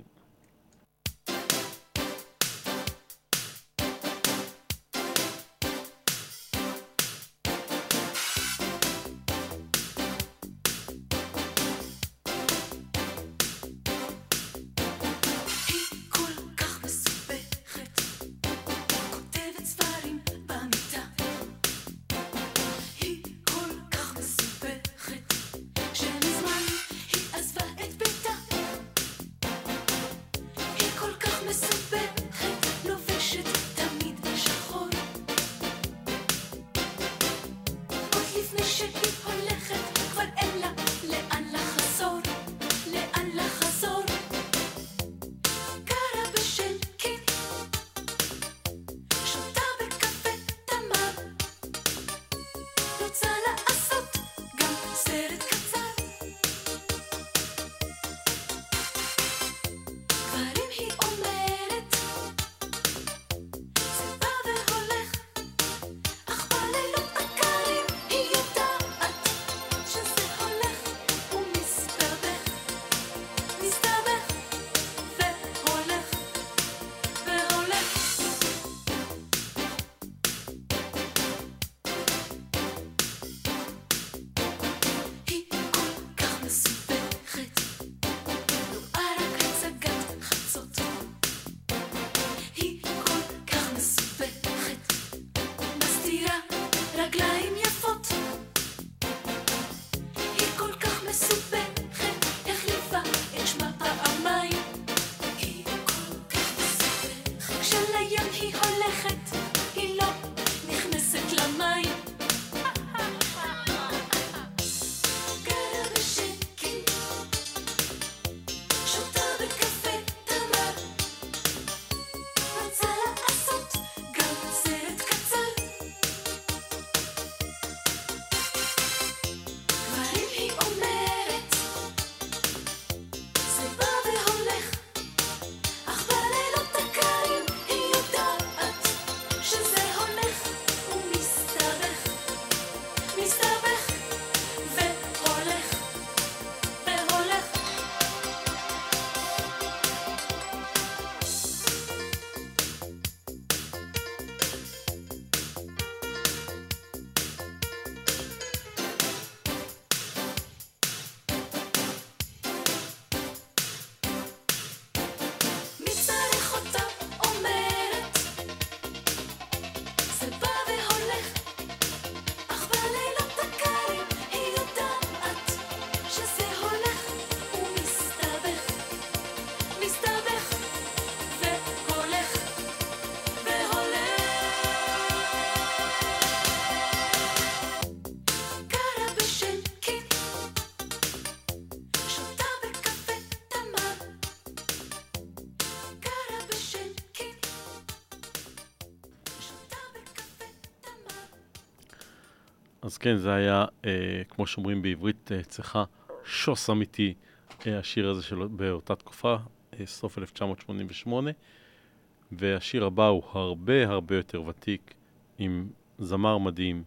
אז כן, זה היה, אה, כמו שאומרים בעברית, אה, צריכה שוס אמיתי, אה, השיר הזה שלו באותה תקופה, אה, סוף אלף תשע מאות שמונים ושמונה, והשיר הבא הוא הרבה הרבה יותר ותיק, עם זמר מדהים,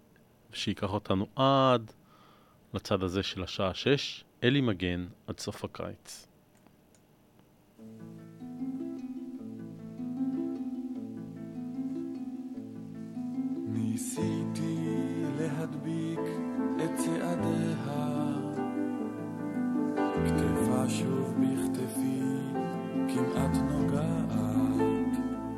שיקח אותנו עד לצד הזה של השעה שש, אלי מגן, עד סוף הקיץ. ניסיתי להדביק את צעדיה, כתפה שוב בכתפי כמעט נוגעת,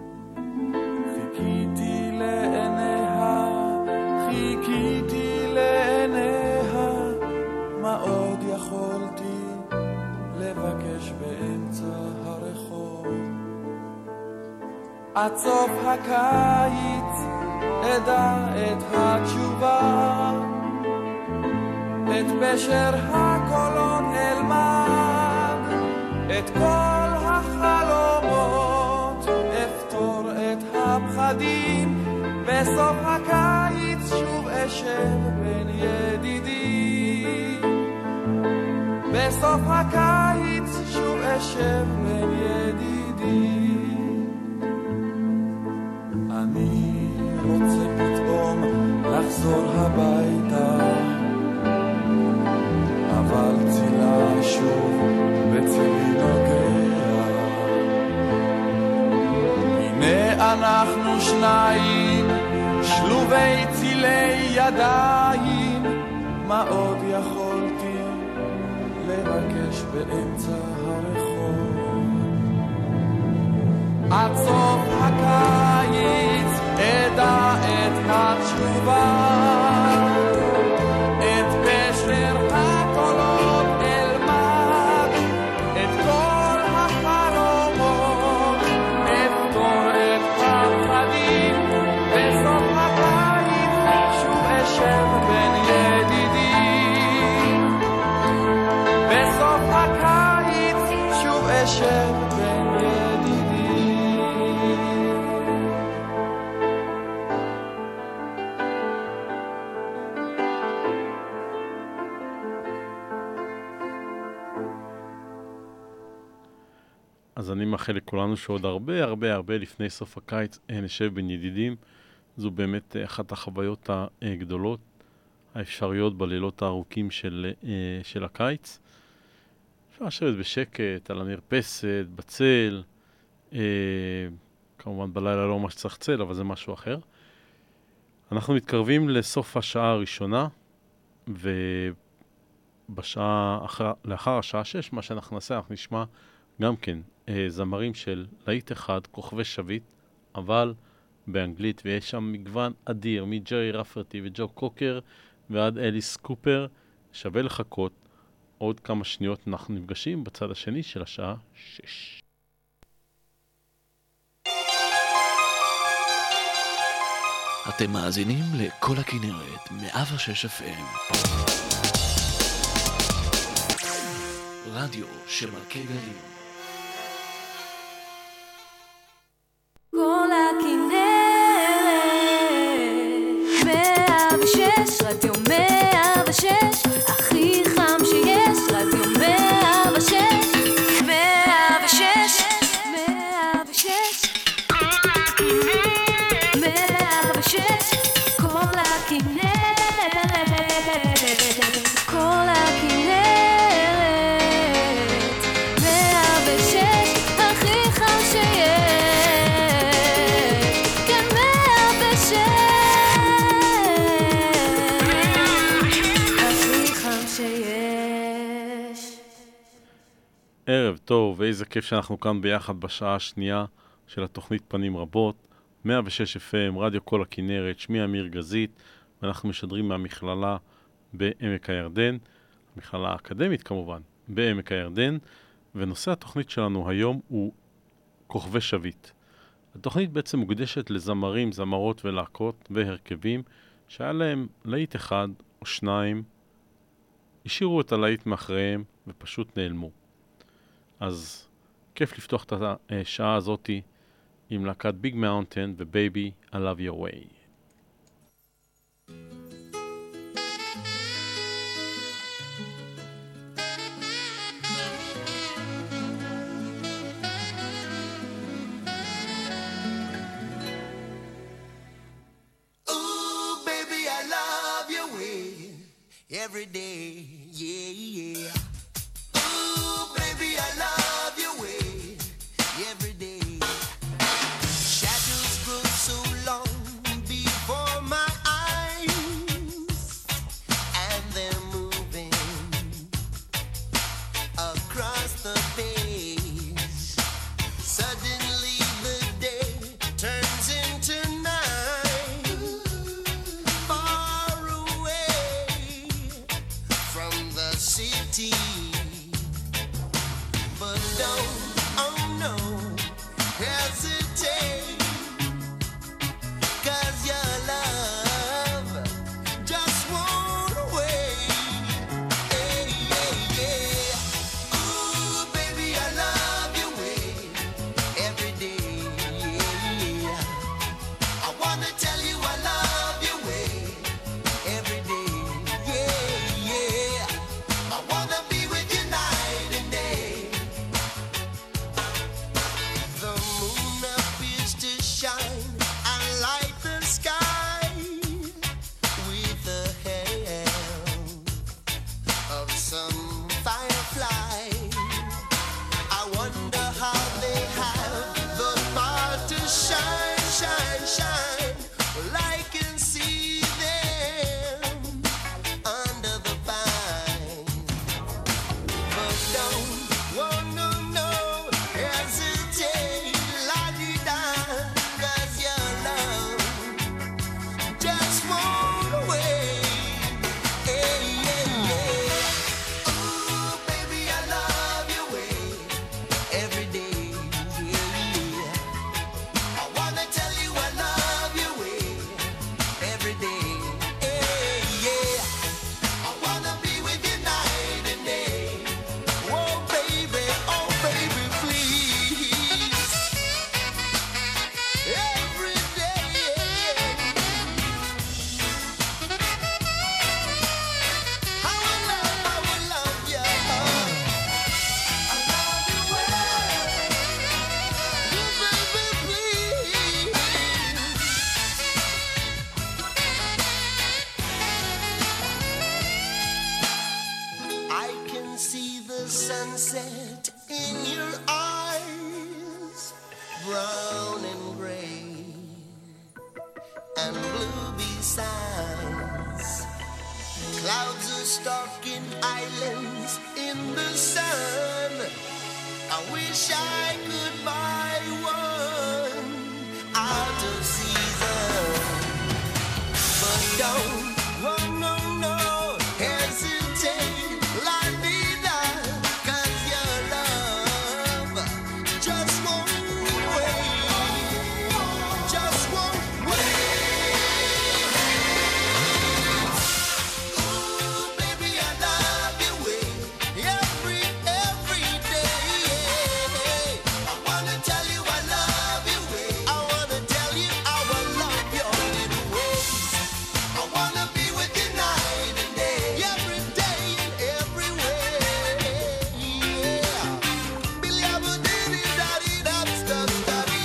חיכיתי לעיניה, חיכיתי לעיניה, מה עוד יכולתי לבקש באמצע הרחוב? עד סוף הקיץ אדע את התשובה, את פשר הקולון אלמד, את כל החלומות אפתור את הפחדים, בסוף הקיץ שוב אשב בין ידידי, בסוף הקיץ שוב אשב בין ידידי. אני רוצה פתאום אנחנו שניים, שלובי צילי ידיים, מה עוד יכולתי לבקש באמצע הרחוב? עד סוף הקיץ אדע את התשובה, את פשר הקולות אלמד, את כל החלומות, אפתור את הפחדים, בסוף הקיץ שוב אשב בין ידידים, בסוף הקיץ שוב אשב בין ידידים. אז אני מאחל לכולנו שעוד הרבה הרבה הרבה לפני סוף הקיץ נשב בין ידידים. זו באמת אחת החוויות הגדולות, האפשריות בלילות הארוכים של, של הקיץ. אפשר לשבת בשקט, על המרפסת, בצל, כמובן בלילה לא ממש צריך צל, אבל זה משהו אחר. אנחנו מתקרבים לסוף השעה הראשונה, ובשעה אחר, לאחר השעה שש, מה שאנחנו נעשה, אנחנו נשמע גם כן זמרים של להיט אחד, כוכבי שביט, אבל באנגלית, ויש שם מגוון אדיר, מג'רי רפרטי וג'ו קוקר ועד אליס קופר. שווה לחכות. עוד כמה שניות אנחנו נפגשים בצד השני של השעה שש. אתם מאזינים לכל הכנרת, מאה ושש אף אם. רדיו שמלכי גלים. כל הכנרת, מאה ושש, רדיו מאה ושש, הכי חם שיש, רדיו מאה ושש, מאה ושש, מאה ושש, מאה ושש, כל הכנרת, כל הכנרת, מאה ושש, הכי חם שיש, כן מאה ושש, הכי חם שיש. ערב טוב, ואיזה כיף שאנחנו כאן ביחד בשעה השנייה של התוכנית פנים רבות. מאה ושש אף אם, רדיו כל הכנרת, שמי אמיר גזית, ואנחנו משדרים מהמכללה בעמק הירדן, המכללה האקדמית כמובן, בעמק הירדן, ונושא התוכנית שלנו היום הוא כוכבי שביט. התוכנית בעצם מוקדשת לזמרים, זמרות ולהקות והרכבים שהיה להם להיט אחד או שניים, השאירו את הלהיט מאחריהם ופשוט נעלמו. אז כיף לפתוח את השעה הזאת עם להקת ביג מאונטן ובייבי I Love Your Way. Ooh, baby, I love your way every day, yeah, yeah. Ooh, baby, I love your way every day. Shadows grow so long before my eyes, and they're moving across the page. Suddenly the day turns into night, far away from the city. But don't, oh no, hesitate, 'cause your love just won't wait. Hey, hey, yeah. Ooh, baby, I love your way every day, yeah. I wanna tell you I love your way every day, yeah, yeah. I wanna be with you night and day. stalking islands in the sun. I wish I could buy one out of season. But don't, oh no, no, hesitate, la vida, 'cause your love just won't wait, just won't wait. Ooh, baby, I love your way, every, every day. I wanna tell you I love your way, I wanna tell you how I love your little ways. I wanna be with you night and day, every day and every way. Yeah. Billy Abba diddy daddy dab stub daddy.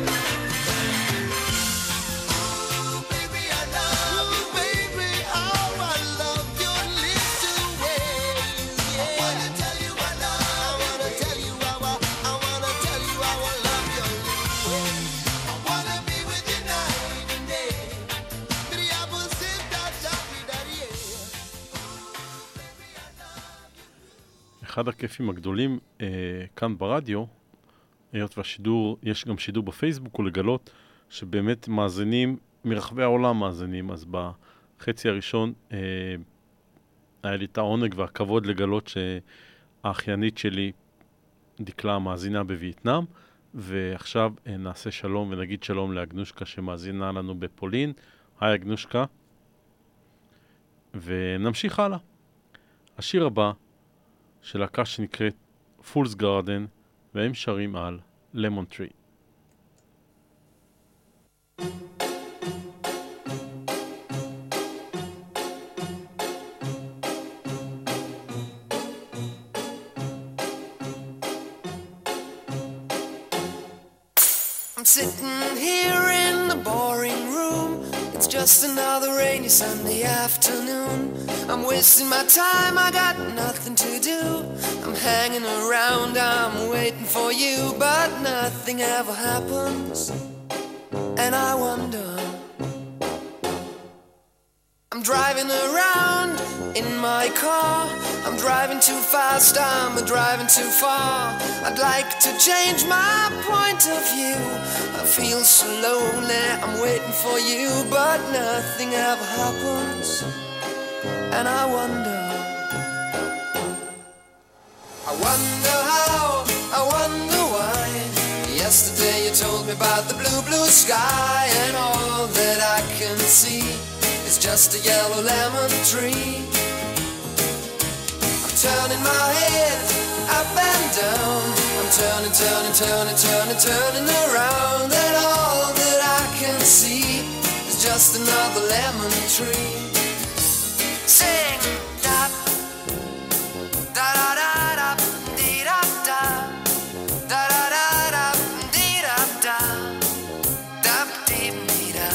Ooh, baby, I love you, baby, how I love your little ways. Yeah. I wanna tell you I love, I wanna tell you how I, I wanna tell you how I love your little ways. I wanna be with you night and day. Billy Abba said that daddy daddy. אחד הכיפים הגדולים אה, כאן ברדיו, היות והשידור, יש גם שידור בפייסבוק, הוא לגלות שבאמת מאזינים, מרחבי העולם מאזינים, אז בחצי הראשון אה, היה לי את העונג והכבוד לגלות שהאחיינית שלי דקלה מאזינה בווייטנאם, ועכשיו אה, נעשה שלום ונגיד שלום לאגנושקה שמאזינה לנו בפולין. היי אגנושקה. ונמשיך הלאה. השיר הבא של להקה שנקראת Fool's Garden, והם שרים על Lemon Tree. I'm sitting here in the boring room. It's just another rainy Sunday afternoon. I'm wasting my time, I got nothing to do. I'm hanging around, I'm waiting for you, but nothing ever happens. And I wonder, I'm driving around in my car. I'm driving too fast, I'm driving too far. I'd like to change my point of view. I feel so lonely, I'm waiting for you, but nothing ever happens. And I wonder, I wonder how, I wonder why. Yesterday you told me about the blue, blue sky, and all that I can see is just a yellow lemon tree. I'm turning my head up and down. I'm turning, turning, turning, turning, turning around, and all that I can see is just another lemon tree. Sing da da da da da dee da da da da da da dee da da da dee dee da.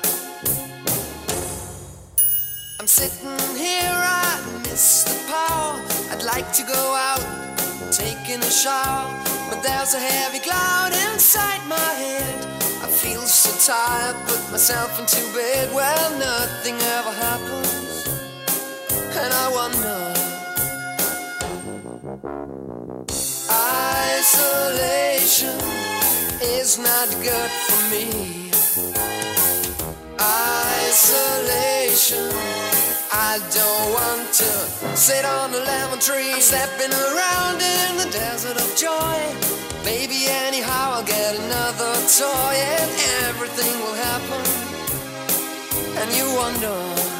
I'm sitting here, I miss the power. I'd like to go out, taking a shower, but there's a heavy cloud inside my head. I feel so tired, put myself into bed. Well, nothing ever happens. And I wonder, isolation is not good for me. Isolation, I don't want to sit on a lemon tree. I'm stepping around in the desert of joy. Maybe anyhow I'll get another toy, and everything will happen. And you wonder,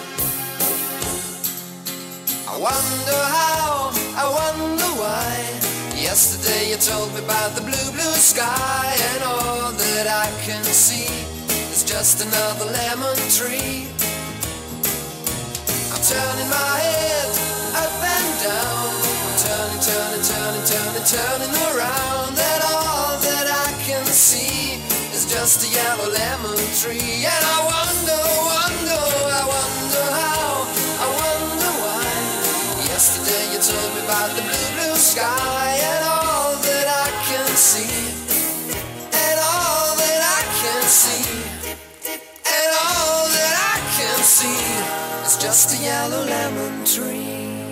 I wonder how, I wonder why. Yesterday you told me about the blue, blue sky, and all that I can see is just another lemon tree. I'm turning my head up and down. I'm turning, turning, turning, turning, turning around, and all that I can see is just a yellow lemon tree. And I wonder, wonder, I wonder how, I wonder why. Yesterday you told me about the blue, blue sky, and all that I can see, and all that I can see, and all that I can see is just a yellow lemon tree.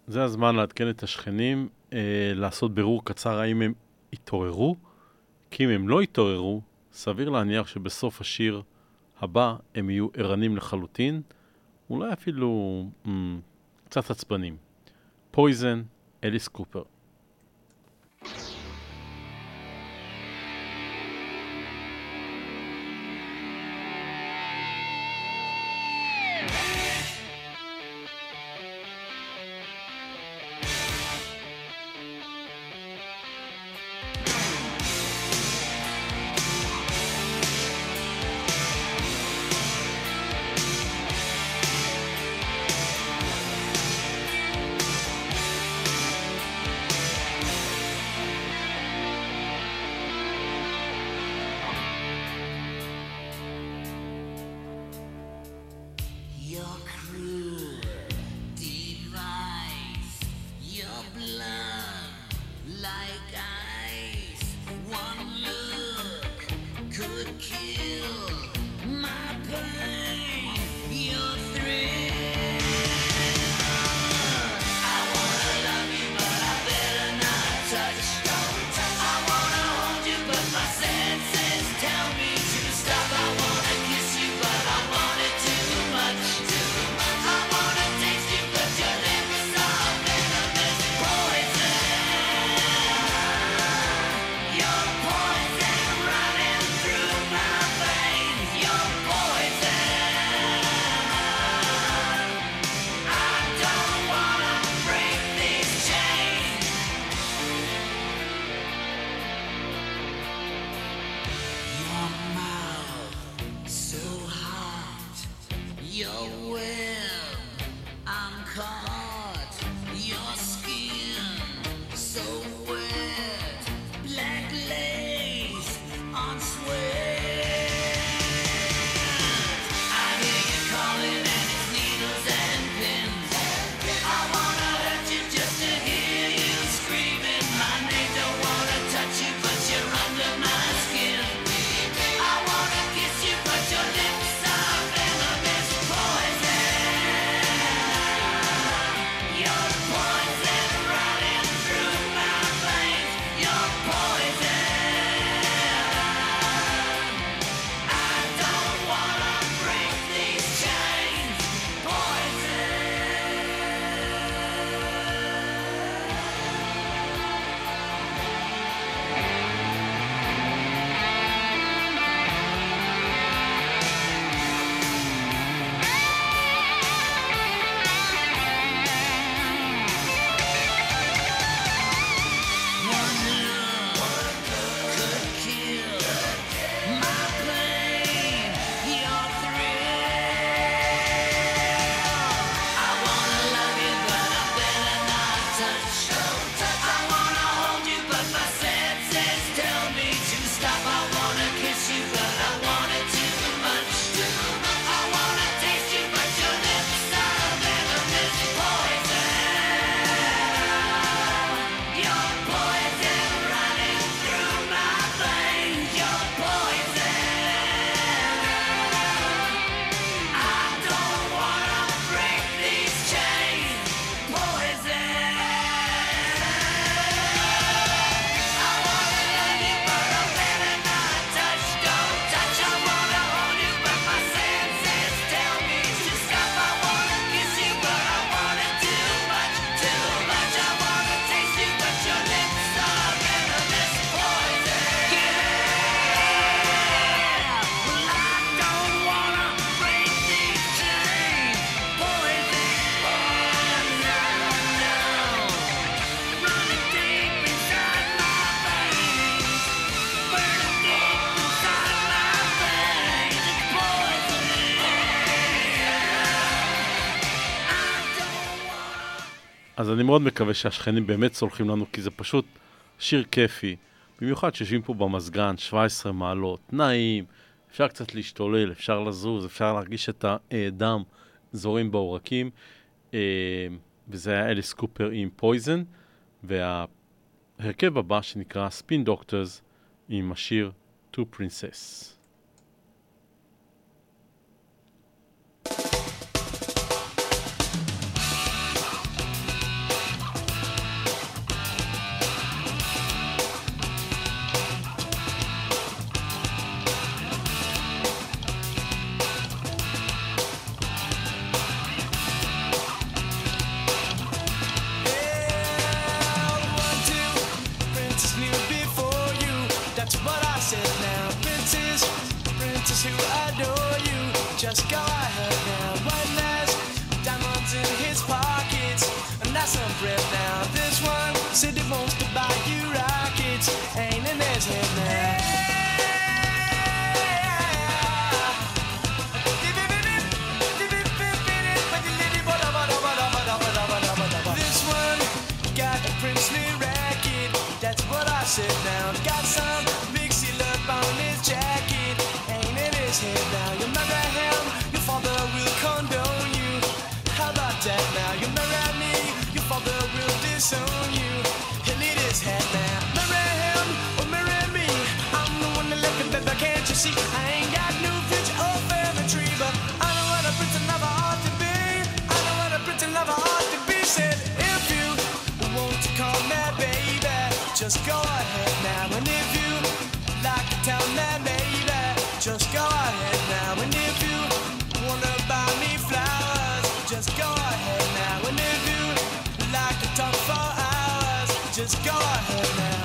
זה הזמן לעדכן את השכנים, אה, לעשות בירור קצר האם הם התעוררו, כי אם הם לא התעוררו, סביר להניח שבסוף השיר הבא הם יהיו ערנים לחלוטין, אולי אפילו mm, קצת עצבנים. פויזן, אליס קופר. אז אני מאוד מקווה שהשכנים באמת סולחים לנו, כי זה פשוט שיר כיפי. במיוחד שיושבים פה במזגן, שבע עשרה מעלות, נעים, אפשר קצת להשתולל, אפשר לזוז, אפשר להרגיש את הדם זורים בעורקים. וזה היה אליס קופר עם פויזן, וההרכב הבא שנקרא ספין דוקטורס עם השיר To Princess. said he wants to buy you rockets, ain't in his head now. This one got a princely racket, that's what I said now. Got some mixy love on his jacket, ain't in his head now. You marry him, your father will condone you. How about that now? You marry me, your father will disown you. He'll eat his head now. Marry him or marry me, I'm the one that left him, baby, can't you see? I ain't got no future or family tree, but I know what a prince and lover ought to be. I know what a prince and lover ought to be. Said if you want to call me baby, just go ahead now. And if you like to tell me baby, just go ahead now. And if you wanna buy me flowers, just go ahead now. And if you like to talk for hours, just go ahead now.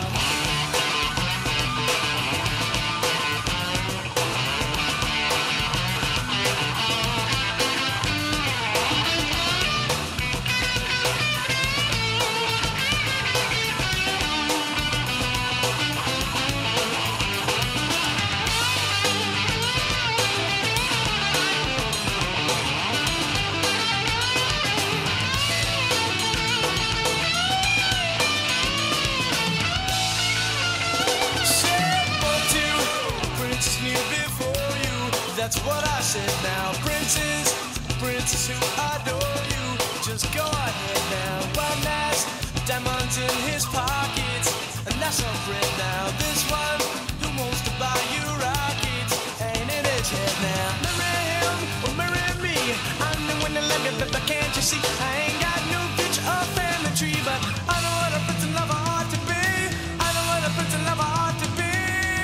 That's what I said now. Princes, princes who adore you, just go ahead now. One has diamonds in his pockets, and that's a friend now. This one who wants to buy you rockets, ain't in his head now. Marry him or marry me, I'm the one that love you, but can't you see? I ain't got no future or family tree, but I know what a prince and lover ought to be. I know what a prince and lover ought to be.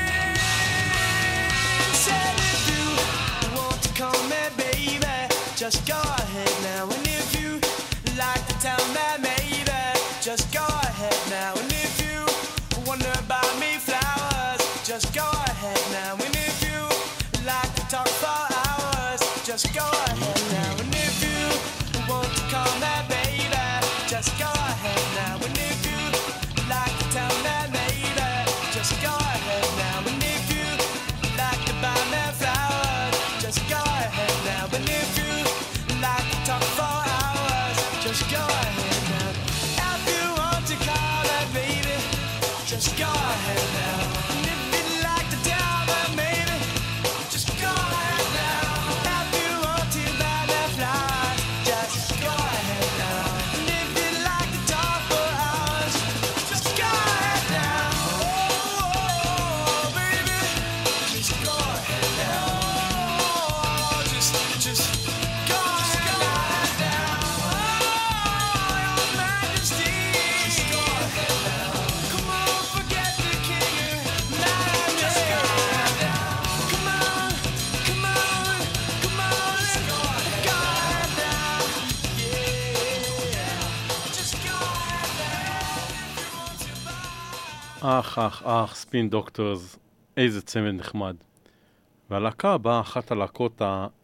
Said if you want to call me baby, just go ahead now. And if you like to tell me maybe, just go ahead now. And if you wonder about me flowers, just go ahead now. And if you like to talk for hours, just go ahead now. And if you want to call me baby, just go ahead now. And if you like to tell me maybe, just go ahead now. And if you like to buy me flowers, just go ahead now. And if you like to talk for hours, just go ahead now. If you want to call that baby, just go ahead now. And if you'd like to tell me maybe, just go ahead now. If you want to buy me flowers, just go ahead now. And if you'd like to talk for hours, just go ahead now. Oh, baby, just go ahead now. Just, just go ahead now. Oh, your majesty. Just go ahead now. Come on, forget the king. Just go ahead now. Come on, come on, come on. Just go ahead now. Yeah. Just go ahead now. If you want to buy. אח, אח, אח, ספין דוקטורס, איזה צמד נחמד. והלהקה הבאה, אחת הלהקות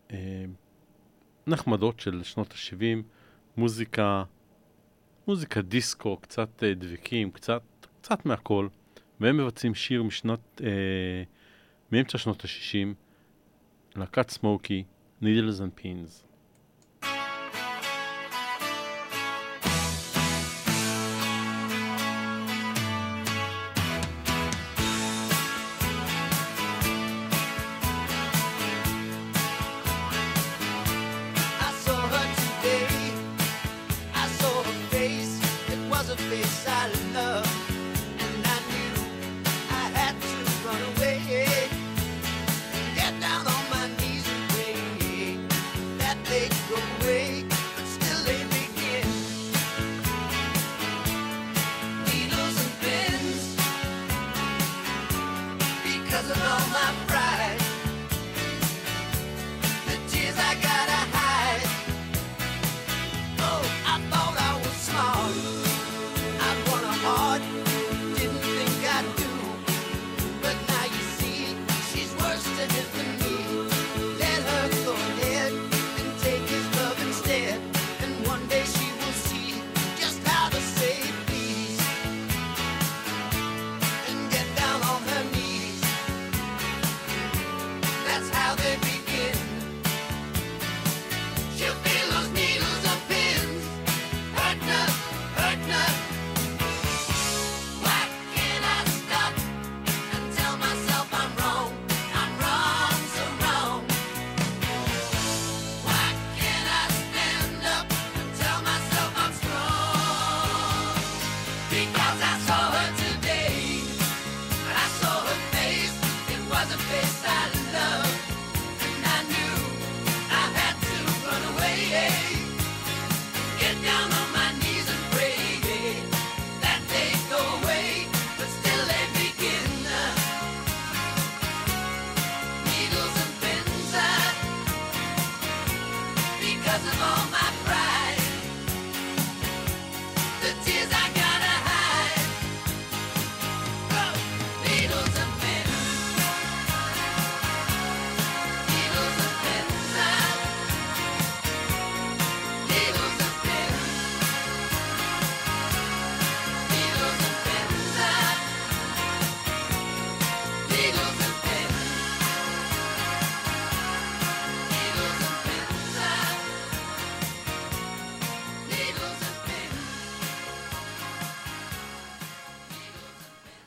הנחמדות של שנות ה-שבעים, מוזיקה, מוזיקה דיסקו, קצת אה, דבקים, קצת, קצת מהכל, והם מבצעים שיר משנות, אה, מאמצע שנות ה-שישים, להקת סמוקי, Needles and Pins. I saw her today. I saw her face. It was a face I loved, and I knew I had to run away. Get down on my knees and pray that they go away, but still they begin. Needles and pins, because of all my pride. The tears I gotta hide. Oh, I thought I was smart. I won a heart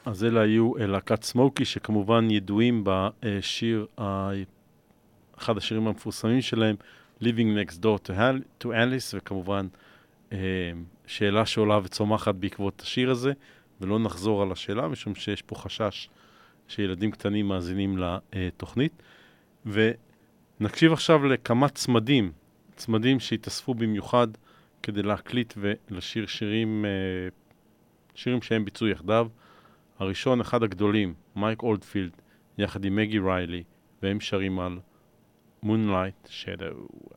אז אלה היו להקת סמוקי, שכמובן ידועים בשיר, אחד השירים המפורסמים שלהם, Living Next Door to, Hal- to Alice, וכמובן שאלה שעולה וצומחת בעקבות השיר הזה, ולא נחזור על השאלה, משום שיש פה חשש שילדים קטנים מאזינים לתוכנית. ונקשיב עכשיו לכמה צמדים, צמדים שהתאספו במיוחד כדי להקליט ולשיר שירים, שירים שהם ביצעו יחדיו. הראשון, אחד הגדולים, מייק אולדפילד, יחד עם מגי ריילי, והם שרים על Moonlight Shadow.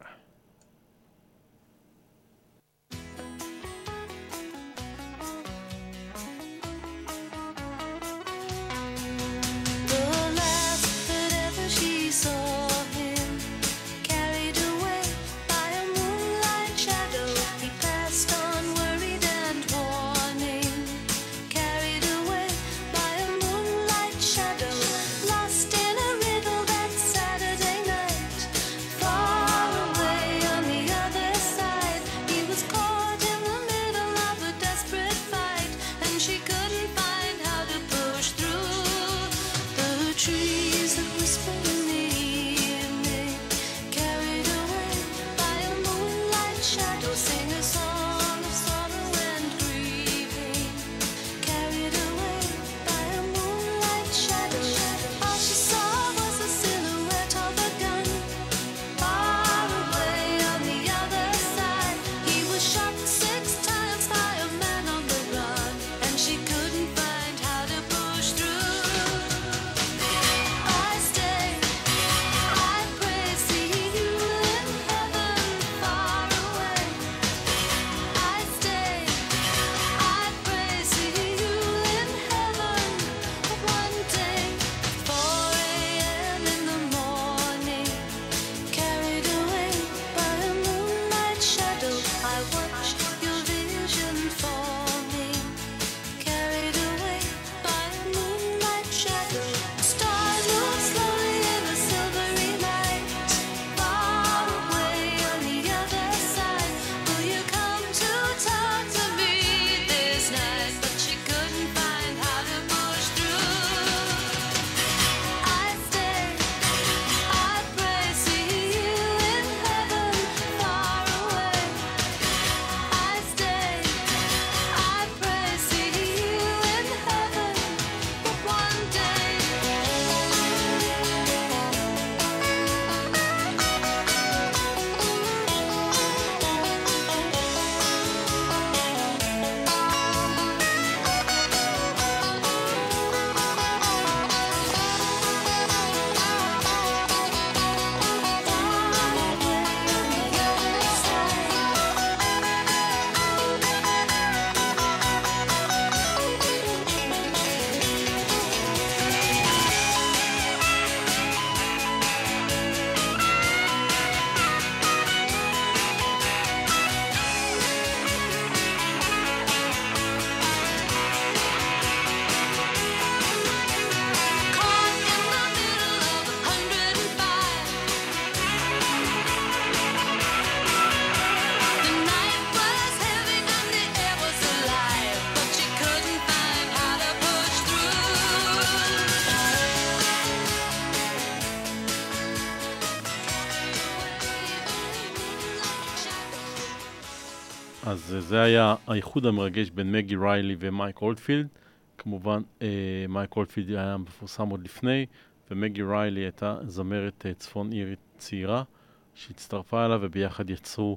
אז זה היה האיחוד המרגש בין מגי ריילי ומייק אולדפילד. כמובן, אה, מייק אולדפילד היה מפורסם עוד לפני, ומגי ריילי הייתה זמרת אה, צפון אירית צעירה, שהצטרפה אליו וביחד יצרו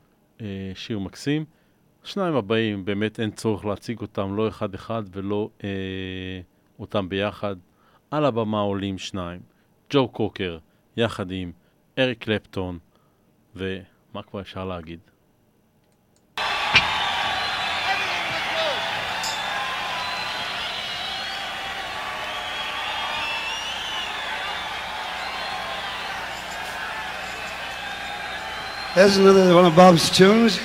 אה, שיר מקסים. שניים הבאים, באמת אין צורך להציג אותם, לא אחד אחד ולא אה, אותם ביחד. על הבמה עולים שניים, ג'ו קוקר, יחד עם אריק קלפטון, ומה כבר אפשר להגיד? Here's another one of Bob's tunes.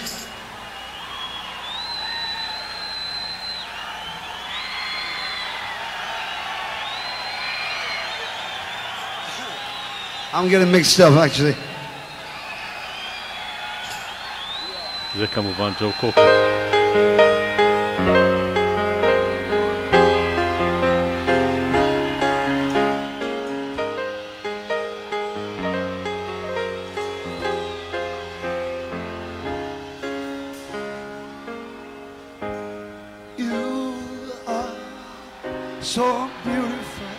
I'm getting mixed up actually. זה כמובן ג'ו קוקר. so beautiful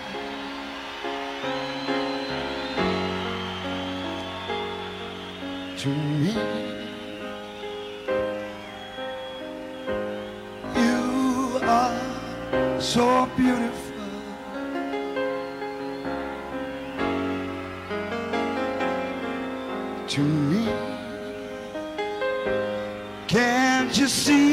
to me. You are so beautiful to me. Can't you see?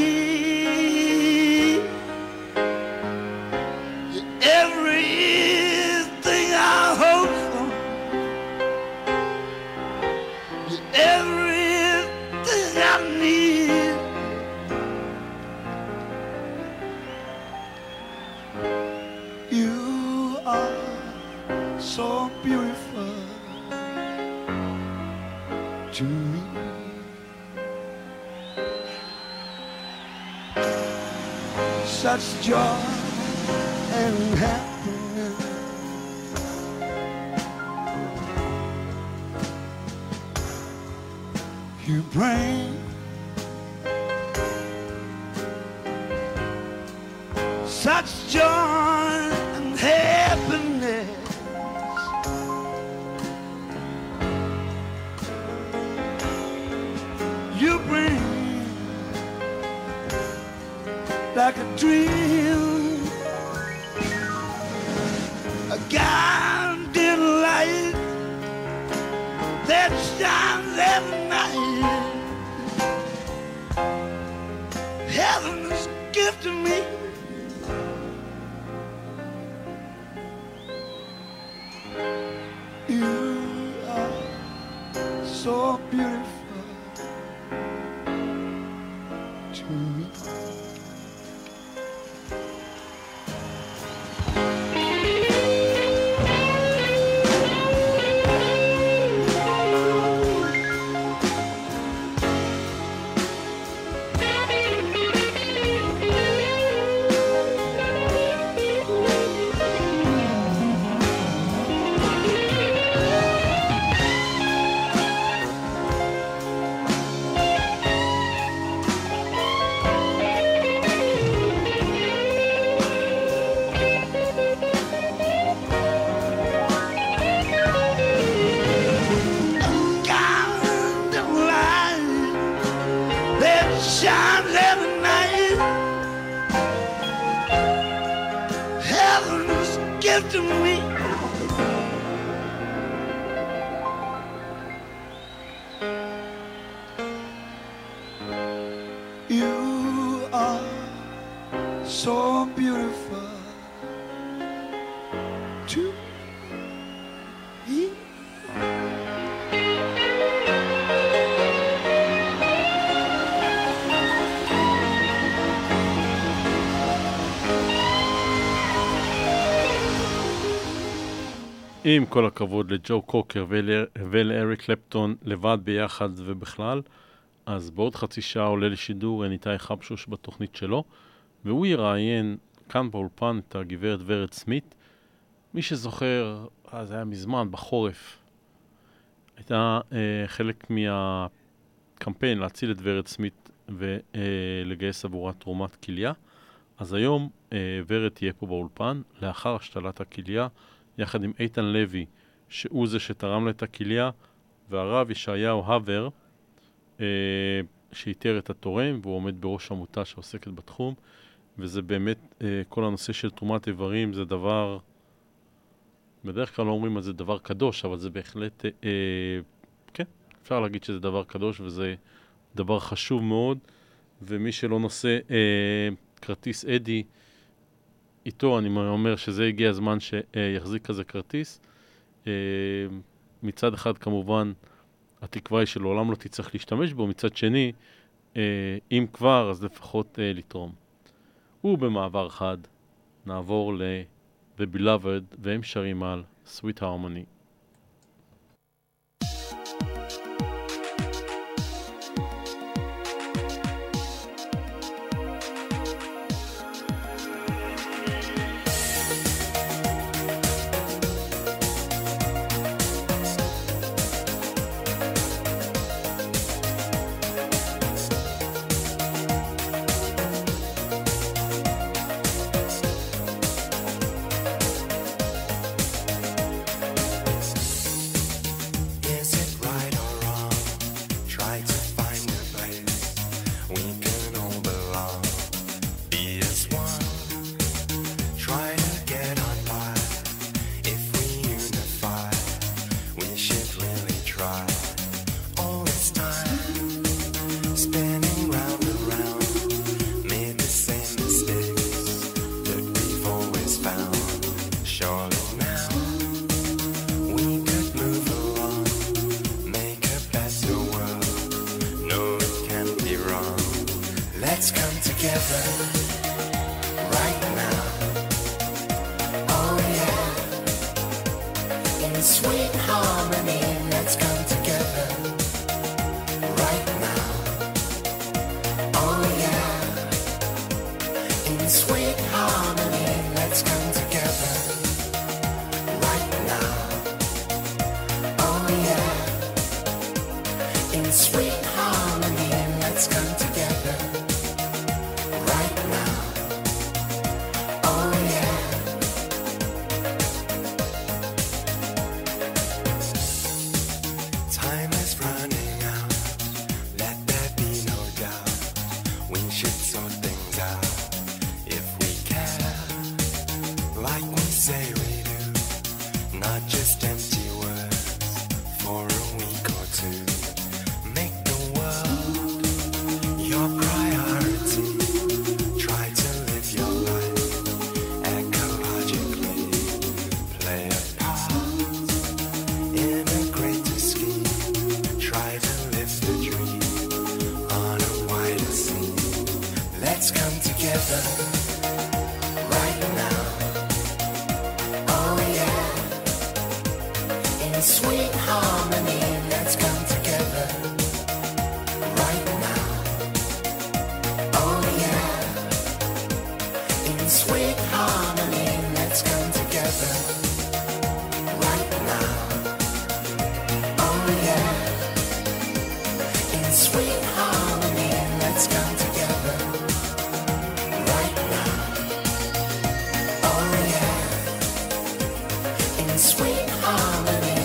Everything I hope for, everything I need, you are so beautiful to me. Such joy and happiness, you bring. Such joy and happiness, you bring like a dream. A guiding light that shines every night. Heaven's gift to me. You are so beautiful to me. Shines every night. Heaven's gift to me. You are so beautiful to me. עם כל הכבוד לג'ו קוקר ולאריק קלפטון לבד ביחד ובכלל, אז בעוד חצי שעה עולה לשידור איתי חבשוש בתוכנית שלו, והוא יראיין כאן באולפן את הגברת ורד סמית. מי שזוכר, אז היה מזמן, בחורף, הייתה אה, חלק מהקמפיין להציל את ורד סמית ולגייס עבורה תרומת כליה. אז היום אה, ורד תהיה פה באולפן לאחר השתלת הכליה, יחד עם איתן לוי, שהוא זה שתרם לה את הכליה, והרב ישעיהו הבר, אה, שאיתר את התורם, והוא עומד בראש עמותה שעוסקת בתחום, וזה באמת, אה, כל הנושא של תרומת איברים, זה דבר, בדרך כלל לא אומרים על זה דבר קדוש, אבל זה בהחלט, אה, כן, אפשר להגיד שזה דבר קדוש, וזה דבר חשוב מאוד, ומי שלא נושא אה, כרטיס אדי, איתו אני אומר שזה הגיע הזמן שיחזיק כזה כרטיס. מצד אחד כמובן התקווה היא שלעולם לא תצטרך להשתמש בו, מצד שני אם כבר אז לפחות לתרום. ובמעבר חד נעבור ל-The Beloved והם שרים על Sweet Harmony. Thank In sweet harmony, let's come together right now. Oh yeah. In sweet harmony, let's come together right now. Oh yeah. Time is running out, let there be no doubt. We should sort things out if we care, like we say we do. Not just empty words for a week or two. Make the world your priority. Try to live your life ecologically. Play a part in a greater scheme. Try to live the dream on a wider scene. Let's come together right now. Oh yeah. In sweet harmony, let's come together right now. Oh yeah. In sweet harmony, let's come together right now. Oh yeah. In sweet harmony, let's come together right now. Oh yeah. In sweet harmony.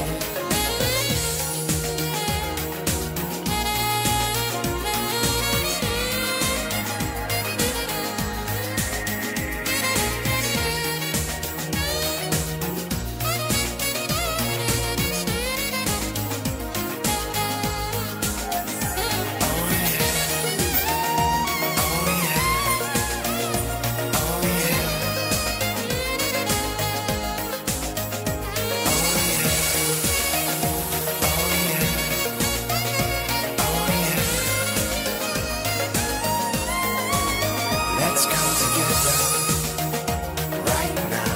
Let's come together right now.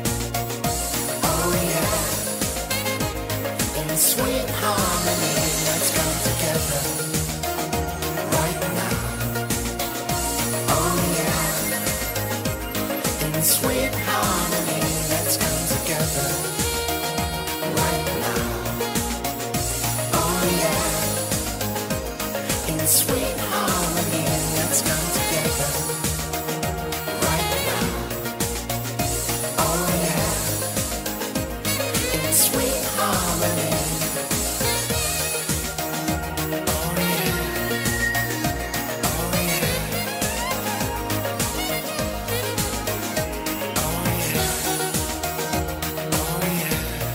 Oh yeah. In sweet harmony, let's come together right now. Oh yeah. In sweet harmony, let's come together right now. Oh yeah. In sweet harmony, let's come together right now. Oh yeah. In sweet harmony. Oh yeah. Oh yeah. Oh yeah. Oh yeah.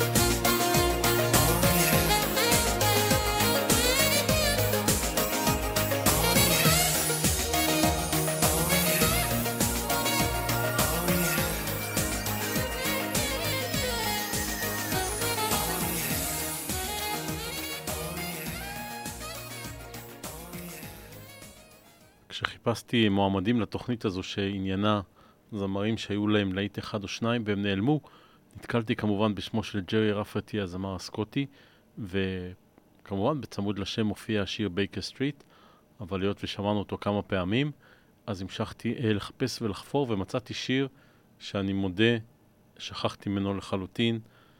כשחיפשתי מועמדים לתוכנית הזו שעניינה זמרים שהיו להם להיט אחד או שניים והם נעלמו, נתקלתי כמובן בשמו של ג'רי רפטי, הזמר הסקוטי, וכמובן בצמוד לשם מופיע השיר בייקר סטריט, אבל להיות ושמענו אותו כמה פעמים, אז המשכתי אה, לחפש ולחפור ומצאתי שיר שאני מודה, שכחתי ממנו לחלוטין,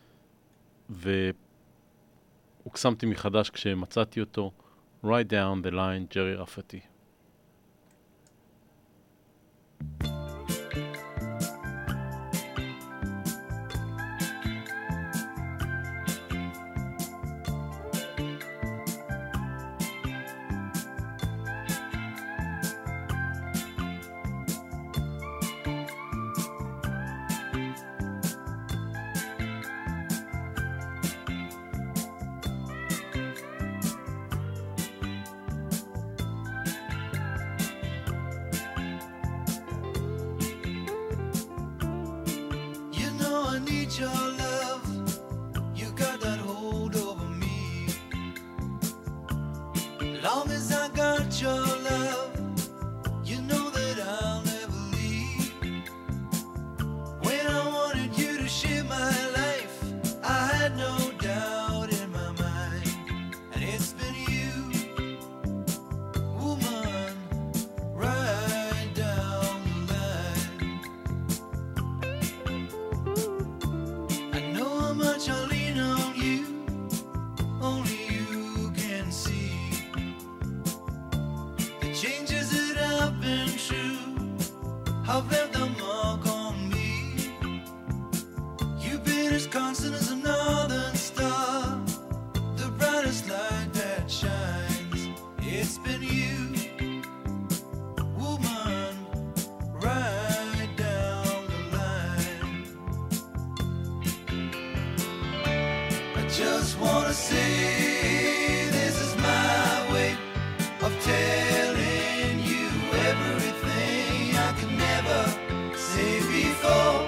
והוקסמתי מחדש כשמצאתי אותו, Right Down the Line, ג'רי רפטי. I've left a mark on me. You've been as constant as a northern star, the brightest light that shines. It's been you, woman, right down the line. I just wanna say this is my way of telling you everything I could never say before.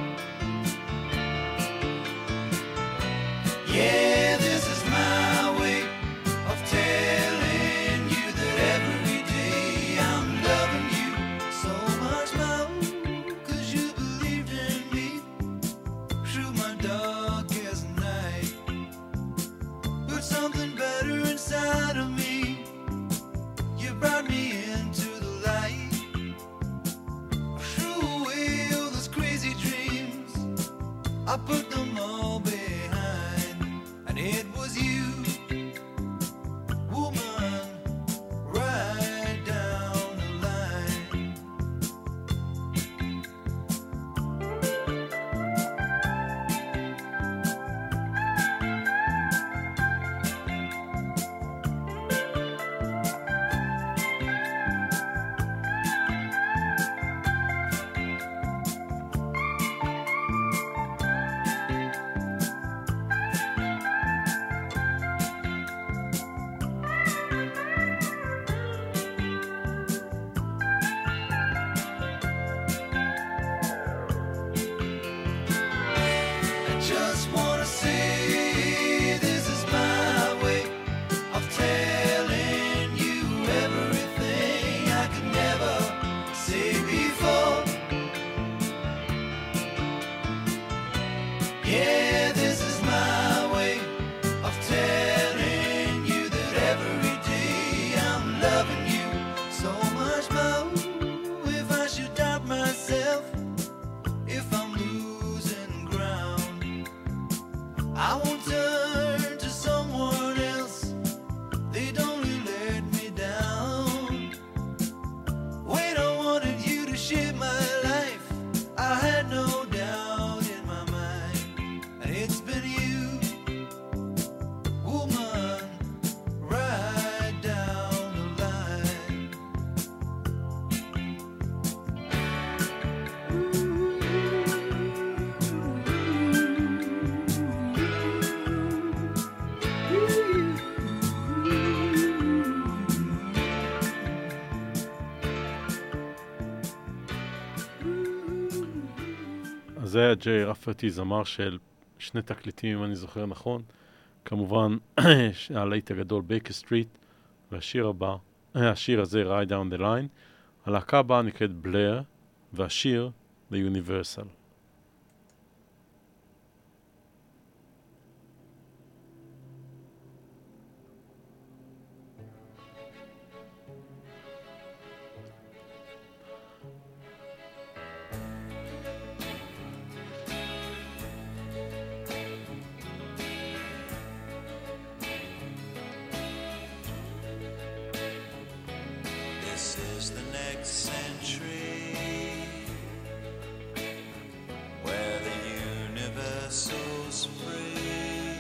Yeah, this is my way of telling you that every day I'm loving you so much more, 'cause you believed in me through my darkest night. Put something better inside of me. You brought me into the light. Threw away all those crazy dreams. I put them all behind, and it was you, woman, right down the line. I just wanna say this is my way of telling you everything I could never say before. Yeah, this is my way of telling you that every day I'm loving you so much more. If I should doubt myself, if I'm losing ground, I won't turn to someone else. They don't really let me down. When I wanted you to share my life, I had no doubt in my mind, and it's been you, woman, right down the line. אז זה היה ג'יי רפרטי, זמר של שני תקליטים, אם אני זוכר נכון. כמובן, הלהיט הגדול בייקר סטריט, והשיר הבא, השיר הזה, Ride Down the Line. הלהקה הבאה נקראת בלר, והשיר ל-Universal. This is the next century, where the universal's free.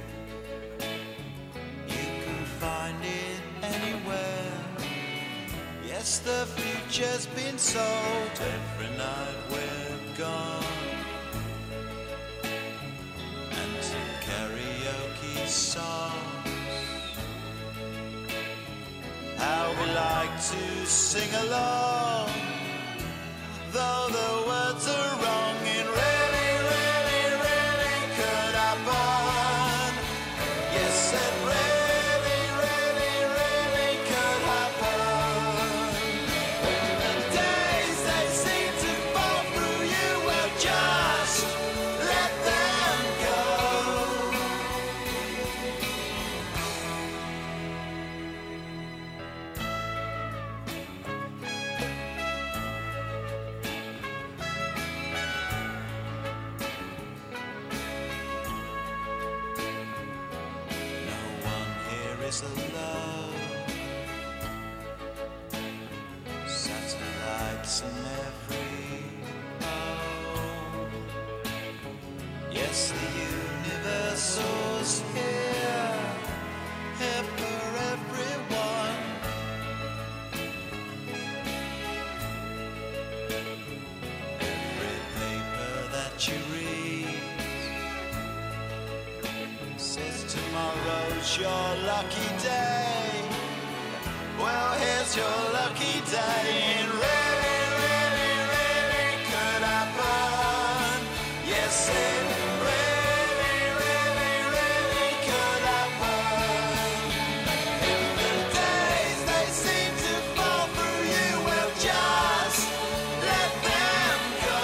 You can find it anywhere. Yes, the future's been sold. Every night we're gone, and some karaoke songs. How we like to sing along, though the words are wrong. It really, really, really could happen. Yes, it really, really, really could happen. The days they seem to fall through you, well, just let them go. Yes, the universe was here, here for everyone. Every paper that you read says tomorrow's your lucky day. Well, here's your lucky day. It really, really, really could happen. Yes, it really, really, really could happen. If the days they seem to fall through you, well, just let them go.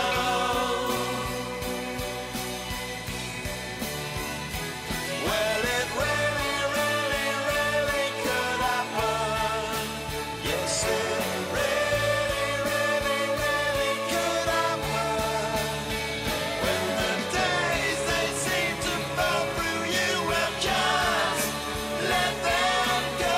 Well, it really, really, really could happen. Yes, it really, really, really could happen. When the days they seem to fall through you, well, just let them go.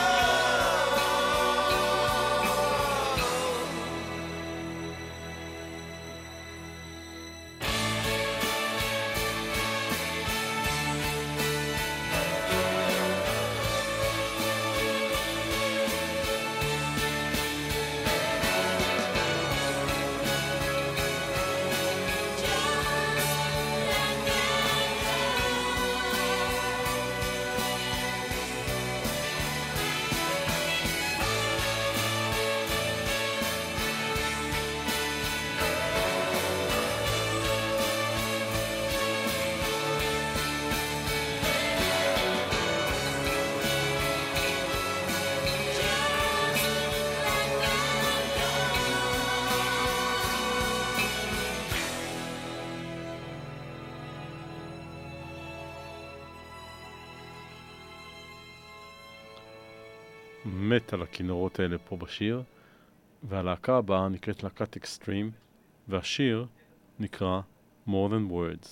מת על הכינורות האלה פה בשיר, והלהקה הבאה נקראת להקת אקסטרים, והשיר נקרא More Than Words.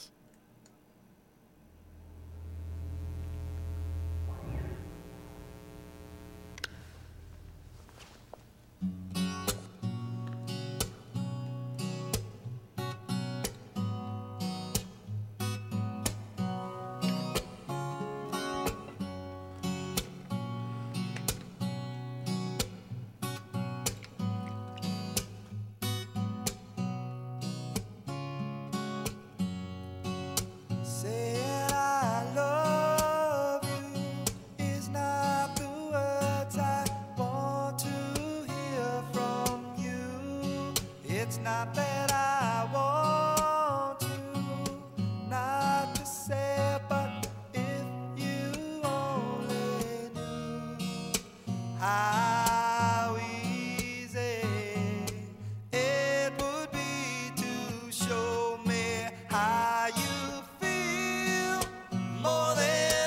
Saying I love you is not the words I want to hear from you. It's not that I want to not to say, but if you only knew how easy it would be to show me how you feel. More than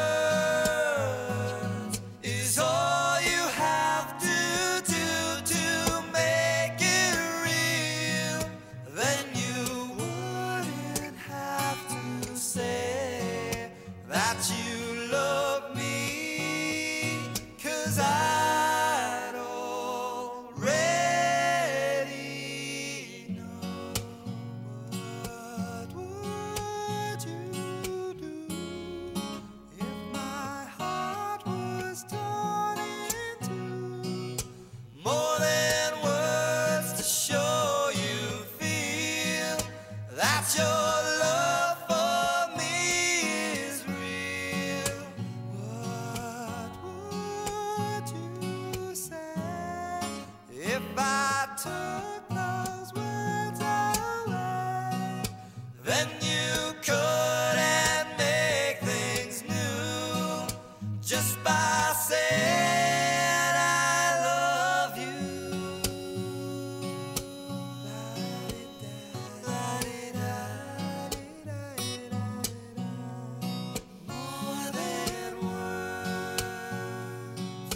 words is all you have to do to make it real. Then you wouldn't have to say that you love me, 'cause I'd already know. What would you do if my heart was torn in two? More than words to show you feel that your love for me is real. What would you say if I took those words away? Then you couldn't make things new just by saying I love you. More than words.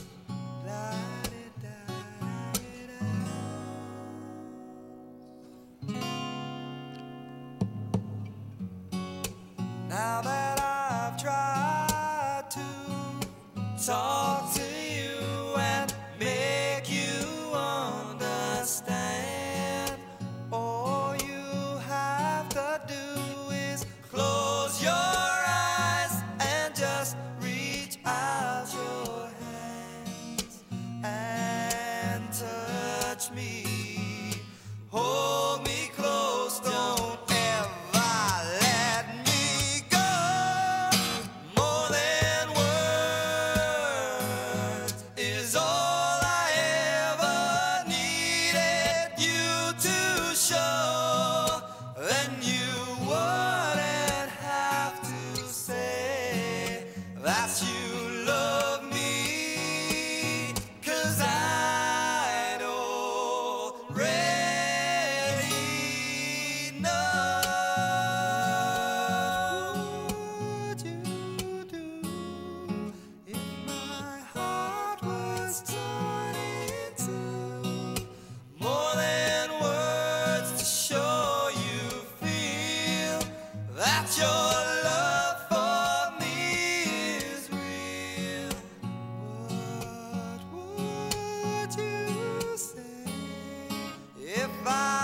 Now that I've tried to talk to you and make you understand, all you have to do is close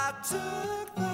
took the